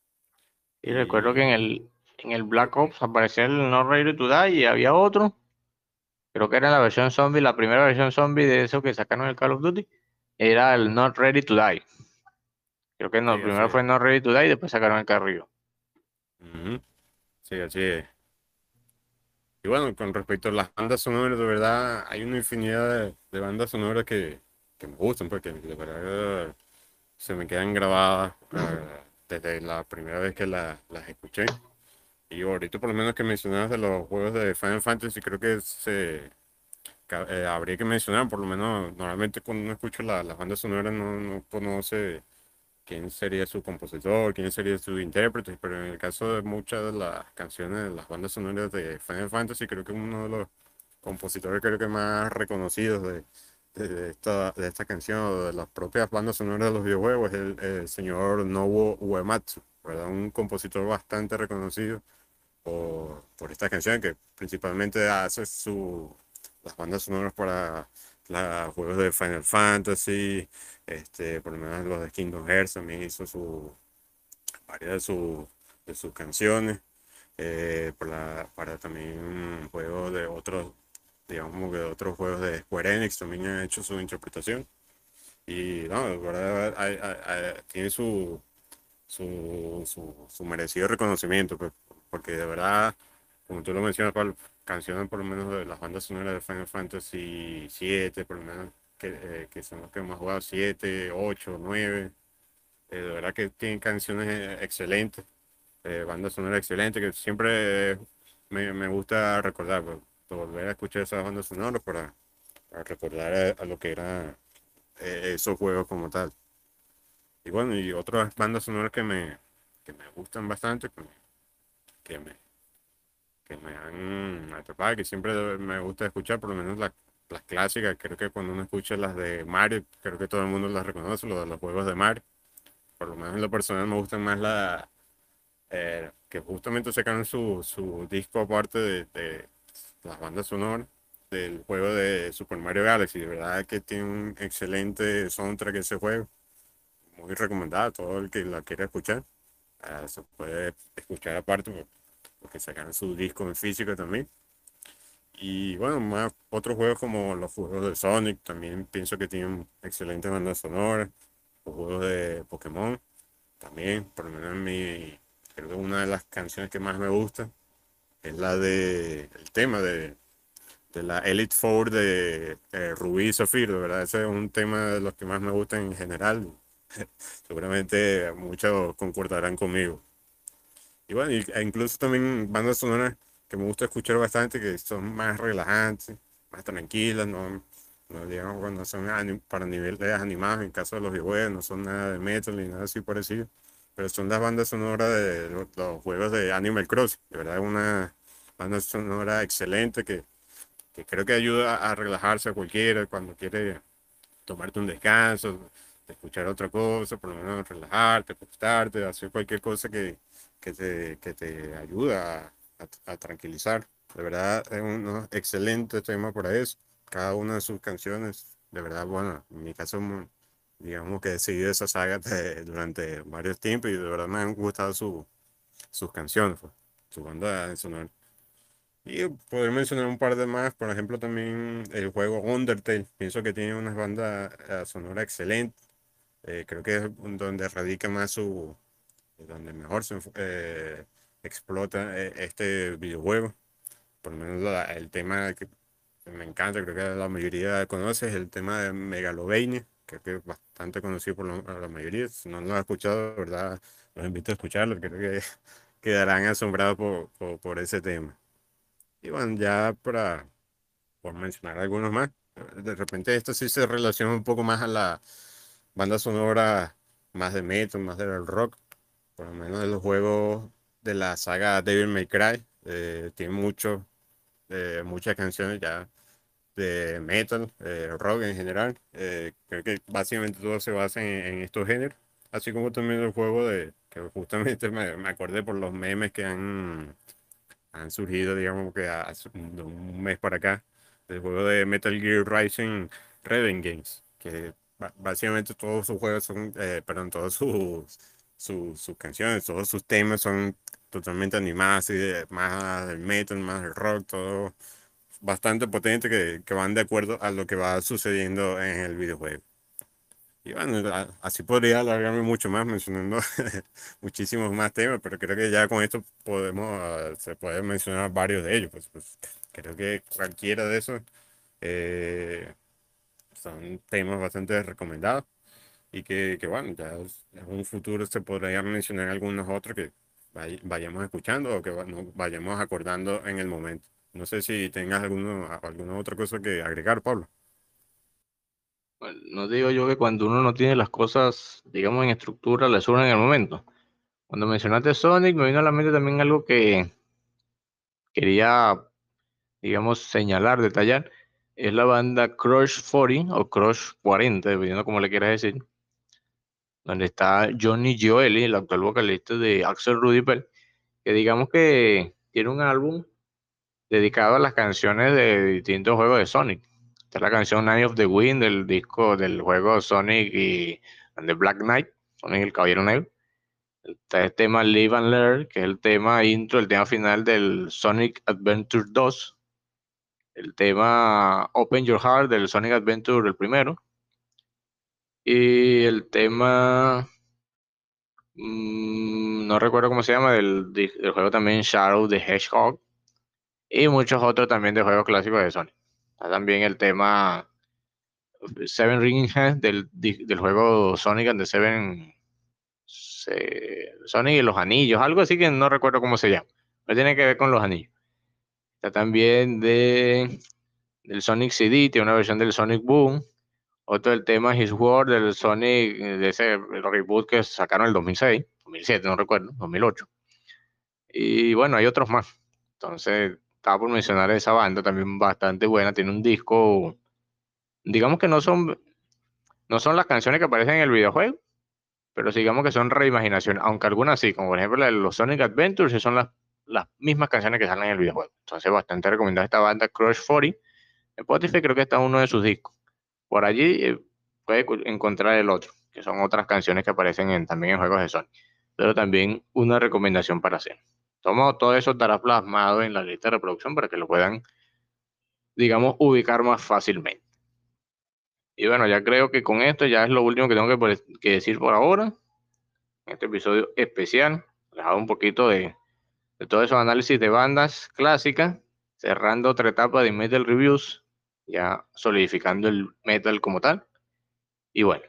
S1: Y recuerdo que en
S2: Y
S1: el, en el Black Ops aparecía el No Ready to Die y había otro, creo que era la versión zombie, la primera versión zombie de eso que sacaron el Call of Duty, era el Not Ready to Die. Creo que no,
S2: sí, así
S1: primero fue
S2: es.
S1: Not Ready to Die y después sacaron el Carrillo.
S2: Ujú, sí, así es. Y bueno, con respecto a las bandas sonoras, de verdad, hay una infinidad de, de bandas sonoras que, que me gustan, porque de verdad se me quedan grabadas eh, desde la primera vez que la- las escuché. Y ahorita por lo menos que mencionabas de los juegos de Final Fantasy, creo que se, ca- eh, habría que mencionar, por lo menos normalmente cuando uno escucha la- las bandas sonoras no, no conoce quién sería su compositor, quién sería su intérprete, pero en el caso de muchas de las canciones de las bandas sonoras de Final Fantasy, creo que uno de los compositores creo que más reconocidos de, de- de esta, de esta canción o de las propias bandas sonoras de los videojuegos es el, el señor Nobuo Uematsu, ¿verdad? Un compositor bastante reconocido por, por esta canción que principalmente hace su, las bandas sonoras para los juegos de Final Fantasy, este, por lo menos los de Kingdom Hearts también hizo su, varias de, su, de sus canciones, eh, para, para también juegos de otros, digamos que de otros juegos de Square Enix también han hecho su interpretación. Y no, de verdad hay- hay- hay- tiene su, su, su, su merecido reconocimiento, pues, porque de verdad, como tú lo mencionas, Pablo, canciones por lo menos de las bandas sonoras de Final Fantasy siete por lo menos, que, eh, que son los que hemos jugado, siete ocho nueve eh, de verdad que tienen canciones eh, excelentes, eh, bandas sonoras excelentes, que siempre eh, me, me gusta recordar, pues, volver a escuchar esas bandas sonoras para, para recordar a, a lo que eran eh, esos juegos como tal. Y bueno, y otras bandas sonoras que me, que me gustan bastante, que me, que me, que me han atrapado, que siempre me gusta escuchar, por lo menos la- las clásicas. Creo que cuando uno escucha las de Mario, creo que todo el mundo las reconoce, lo de los juegos de Mario. Por lo menos en lo personal me gustan más la eh, que justamente sacaron su, su disco aparte de, de las bandas sonoras del juego de Super Mario Galaxy. De verdad que tiene un excelente soundtrack ese juego, muy recomendado a todo el que la quiera escuchar. Ah, se puede escuchar aparte por- porque sacaron su disco en físico también. Y bueno, más otros juegos como los juegos de Sonic también pienso que tienen excelentes bandas sonoras. Los juegos de Pokémon también, por lo menos en mi, creo que una de las canciones que más me gusta es la de, el tema de, de la Elite Four de eh, Rubí y Zafiro, de verdad, ese es un tema de los que más me gustan en general. Seguramente muchos concordarán conmigo. Y bueno, y- e incluso también bandas sonoras que me gusta escuchar bastante, que son más relajantes, más tranquilas, no, no digamos cuando son anim- para niveles animados, en caso de los videojuegos, no son nada de metal ni nada así parecido, pero son las bandas sonoras de los, los juegos de Animal Crossing, de verdad es una banda sonora excelente que, que creo que ayuda a relajarse a cualquiera cuando quiere tomarte un descanso, de escuchar otra cosa, por lo menos relajarte, acostarte, hacer cualquier cosa que, que te, que te ayuda a, a- a tranquilizar. De verdad, es un excelente tema para eso. cada una de sus canciones, de verdad, bueno, en mi caso, mu- digamos que he seguido esa saga de- durante varios tiempos y de verdad me han gustado su- sus canciones, pues, su banda sonora. Y poder mencionar un par de más, por ejemplo, también el juego Undertale, pienso que tiene una banda eh, sonora excelente, eh, creo que es donde radica más su, donde mejor se enfo- eh, explota eh, este videojuego. Por lo menos la- el tema que me encanta, creo que la mayoría conoce, es el tema de Megalovania, creo que es bastante conocido por la, la mayoría. Si no lo has escuchado, de verdad, los invito a escucharlo, creo que quedarán asombrados por, por, por ese tema. Y bueno, ya para por mencionar algunos más, de repente esto sí se relaciona un poco más a la banda sonora más de metal, más del rock, por lo menos de los juegos de la saga Devil May Cry, eh, tiene mucho, eh, muchas canciones ya de metal, eh, rock en general. Eh, creo que básicamente todo se basa en, en estos géneros. Así como también el juego de, que justamente me, me acordé por los memes que han, han surgido, digamos que hace un, de un mes para acá, del juego de Metal Gear Rising Revengeance, que ba- básicamente todos sus juegos son, eh, perdón, todos sus, sus, sus canciones, todos sus temas son totalmente animados, así de- más del metal, más del rock, todo bastante potente que, que van de acuerdo a lo que va sucediendo en el videojuego. Y bueno, a- así podría alargarme mucho más mencionando muchísimos más temas, pero creo que ya con esto podemos, ah, se pueden mencionar varios de ellos. Pues, pues creo que cualquiera de esos eh, son temas bastante recomendados y que, que bueno, ya es- en un futuro se podrían mencionar algunos otros que vay- vayamos escuchando o que va- nos vayamos acordando en el momento. No sé si tengas alguno, alguna otra cosa que agregar, Pablo.
S1: Bueno, no digo yo que cuando uno no tiene las cosas, digamos, en estructura, le suenan en el momento. Cuando mencionaste Sonic, me vino a la mente también algo que quería, digamos, señalar, detallar. Es la banda Crush cuarenta o Crush cuarenta, dependiendo cómo le quieras decir, donde está Johnny Gioeli, el actual vocalista de Axel Rudy Pell, que digamos que tiene un álbum dedicado a las canciones de distintos juegos de Sonic. Esta es la canción Night of the Wind del disco del juego Sonic y and the Black Knight, Sonic el Caballero Negro. Está el tema Live and Learn, que es el tema intro, el tema final del Sonic Adventure dos. El tema Open Your Heart del Sonic Adventure el primero. Y el tema, mm, no recuerdo cómo se llama, del, di- del juego también Shadow the Hedgehog. Y muchos otros también de juegos clásicos de Sonic. Está también el tema Seven Ring Hands del, di- del juego Sonic and the Seven, se- Sonic y los anillos, algo así que no recuerdo cómo se llama, pero tiene que ver con los anillos. Está también de, del Sonic C D, tiene una versión del Sonic Boom, otro del tema His World del Sonic, eh, de ese reboot que sacaron en el dos mil seis, dos mil siete, no recuerdo, dos mil ocho. Y bueno, hay otros más. Entonces, estaba por mencionar esa banda también bastante buena, tiene un disco, digamos que no son, no son las canciones que aparecen en el videojuego, pero digamos que son reimaginaciones, aunque algunas sí, como por ejemplo la de los Sonic Adventures, sí son las, las mismas canciones que salen en el videojuego. Entonces, bastante recomendada esta banda Crush cuarenta. En Spotify creo que está uno de sus discos. Por allí eh, puede cu- encontrar el otro, que son otras canciones que aparecen en, también en juegos de Sonic. Pero también una recomendación para hacer. Tomo todo eso estará plasmado en la lista de reproducción para que lo puedan, digamos, ubicar más fácilmente. Y bueno, ya creo que con esto ya es lo último que tengo que, por- que decir por ahora. En este episodio especial, les hago un poquito de, de todos esos análisis de bandas clásicas, cerrando otra etapa de Metal Reviews, ya solidificando el metal como tal. Y bueno,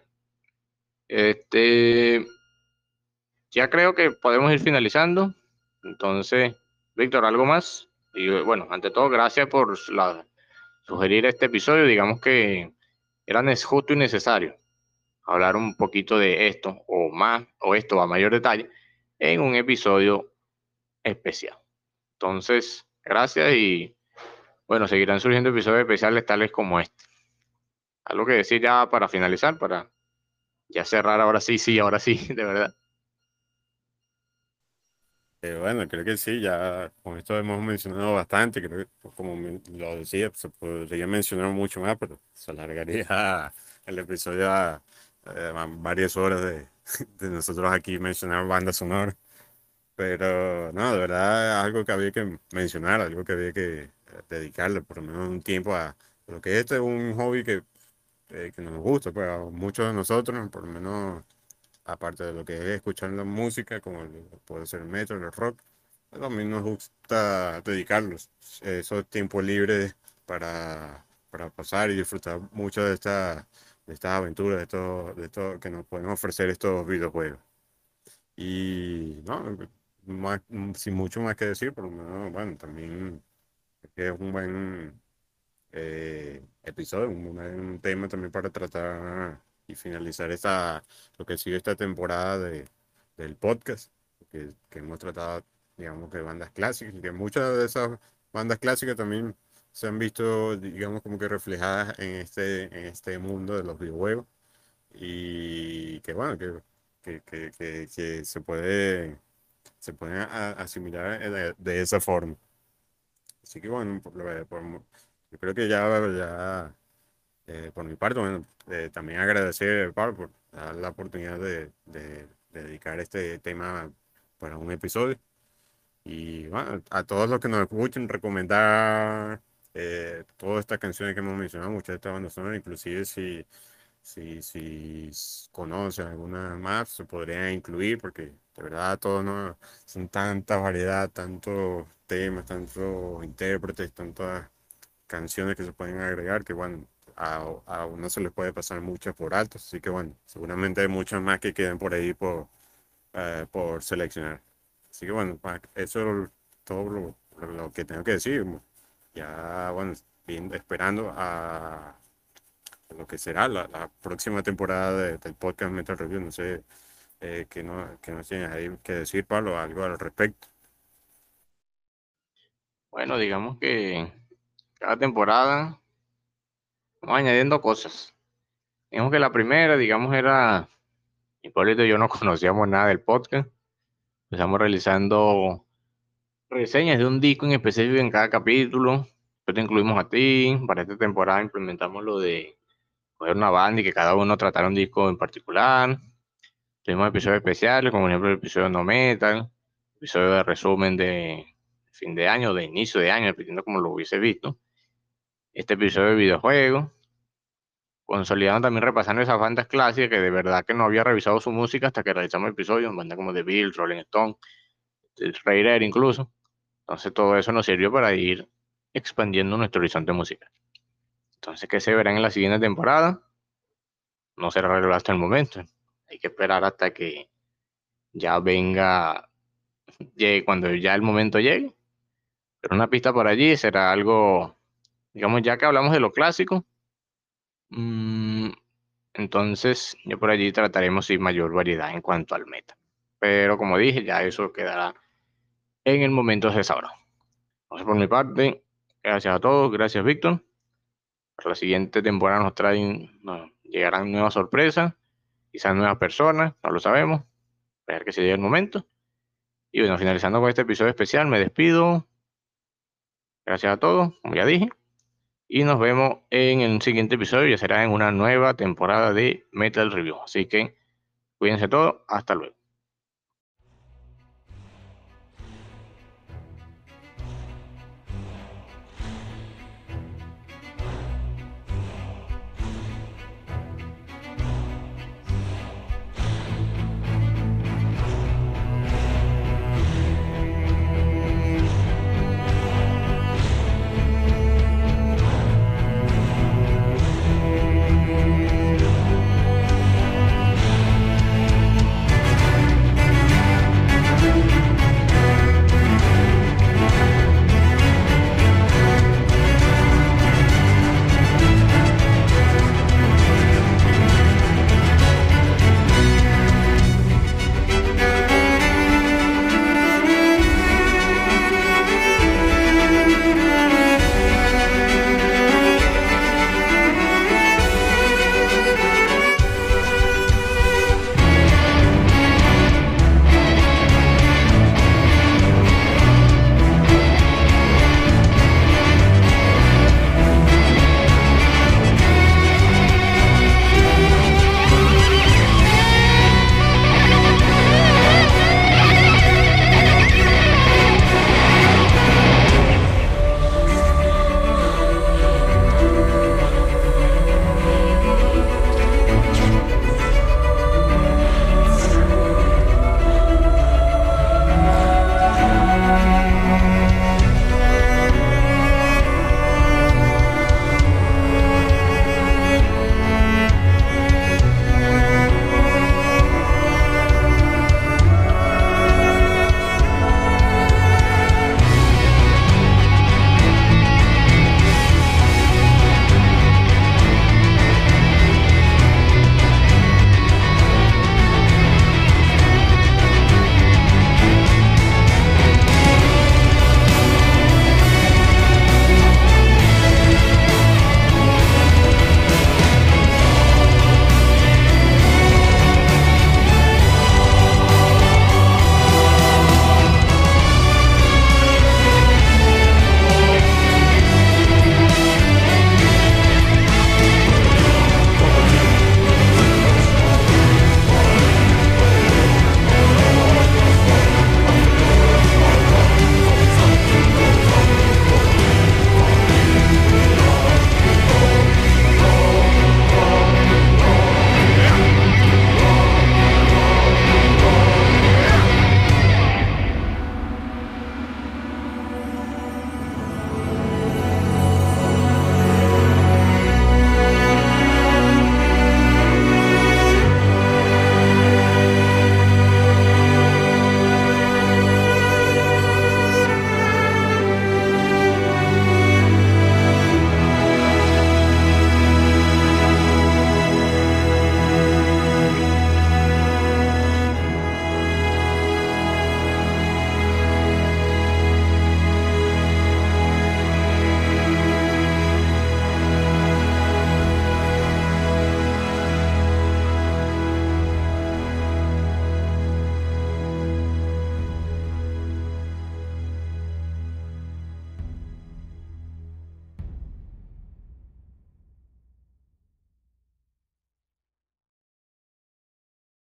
S1: este, ya creo que podemos ir finalizando. Entonces, Víctor, ¿algo más? Y bueno, ante todo, gracias por la, sugerir este episodio. Digamos que era nes- justo y necesario hablar un poquito de esto, o más, o esto a mayor detalle, en un episodio especial. Entonces, gracias y bueno, seguirán surgiendo episodios especiales tales como este. Algo que decir ya para finalizar, para ya cerrar ahora sí, sí, ahora sí, de verdad.
S2: Eh, bueno, creo que sí, ya con esto hemos mencionado bastante, creo que pues, como men- lo decía, pues, se podría mencionar mucho más, pero se alargaría el episodio a, eh, a varias horas de, de nosotros aquí mencionar bandas sonoras. Pero no, de verdad es algo que había que mencionar, algo que había que eh, dedicarle por lo menos un tiempo a lo que este es un hobby que, eh, que nos gusta, pues a muchos de nosotros, por lo menos aparte de lo que es escuchar la música, como el- puede ser el metal, el rock, también nos gusta dedicarlos, esos tiempos libres para, para pasar y disfrutar mucho de esta, de estas aventuras, de esto, de esto que nos pueden ofrecer estos videojuegos. Y no, más- sin mucho más que decir, por lo menos, bueno, también es un buen eh, episodio, un, un tema también para tratar y finalizar esta, lo que sigue esta temporada de, del podcast, que, que hemos tratado, digamos, que bandas clásicas, y que muchas de esas bandas clásicas también se han visto, digamos, como que reflejadas en este, en este mundo de los videojuegos, y que bueno, que, que, que, que, que se puede, se pueden a- asimilar de, de esa forma. Así que bueno, por lo- por- yo creo que ya, ya eh, por mi parte, bueno, eh, también agradecer, Pablo, por dar la oportunidad de, de- de dedicar este tema para un episodio. Y bueno, a todos los que nos escuchen, recomendar eh, todas estas canciones que hemos mencionado, muchas de estas bandas sonoras, inclusive si, si, si s- conocen alguna más, se podrían incluir, porque de verdad todos no son tanta variedad, tantos temas, tantos intérpretes, tantas canciones que se pueden agregar, que bueno, a, a uno se les puede pasar muchas por alto, así que bueno, seguramente hay muchas más que queden por ahí por, eh, por seleccionar. Así que bueno, pa- eso es todo lo, lo- lo que tengo que decir. Ya, bueno, bien, esperando a lo que será la, la próxima temporada de- del podcast Metal Review. No sé eh, qué no, qué nos tienes ahí que decir, Pablo, algo al respecto.
S1: Bueno, digamos que cada temporada vamos añadiendo cosas. Digamos que la primera, digamos, era Hipólito y yo no conocíamos nada del podcast. Empezamos realizando reseñas de un disco en específico en cada capítulo. Después te incluimos a ti. Para esta temporada implementamos lo de coger una banda y que cada uno tratara un disco en particular. Tuvimos episodios especiales, como por ejemplo el episodio No Metal, episodio de resumen de fin de año, de inicio de año, dependiendo como lo hubiese visto. Este episodio de videojuegos, consolidando también repasando esas bandas clásicas que de verdad que no había revisado su música hasta que realizamos episodios, bandas como The Beatles, Rolling Stone, Raider incluso. Entonces todo eso nos sirvió para ir expandiendo nuestro horizonte musical. Entonces, ¿qué se verán en la siguiente temporada? No será revelado hasta el momento. Hay que esperar hasta que ya venga, llegue, cuando ya el momento llegue. Pero una pista por allí será algo, digamos, ya que hablamos de lo clásico, mmm, entonces yo por allí trataremos sin mayor variedad en cuanto al meta. Pero como dije, ya eso quedará en el momento de sabrón. Entonces, por mi parte, gracias a todos, gracias Víctor. Para la siguiente temporada nos traen, no, llegarán nuevas sorpresas, quizás nuevas personas, no lo sabemos. Esperar que se llegue el momento. Y bueno, finalizando con este episodio especial, me despido. Gracias a todos, como ya dije. Y nos vemos en el siguiente episodio, ya será en una nueva temporada de Metal Review. Así que cuídense todos, hasta luego.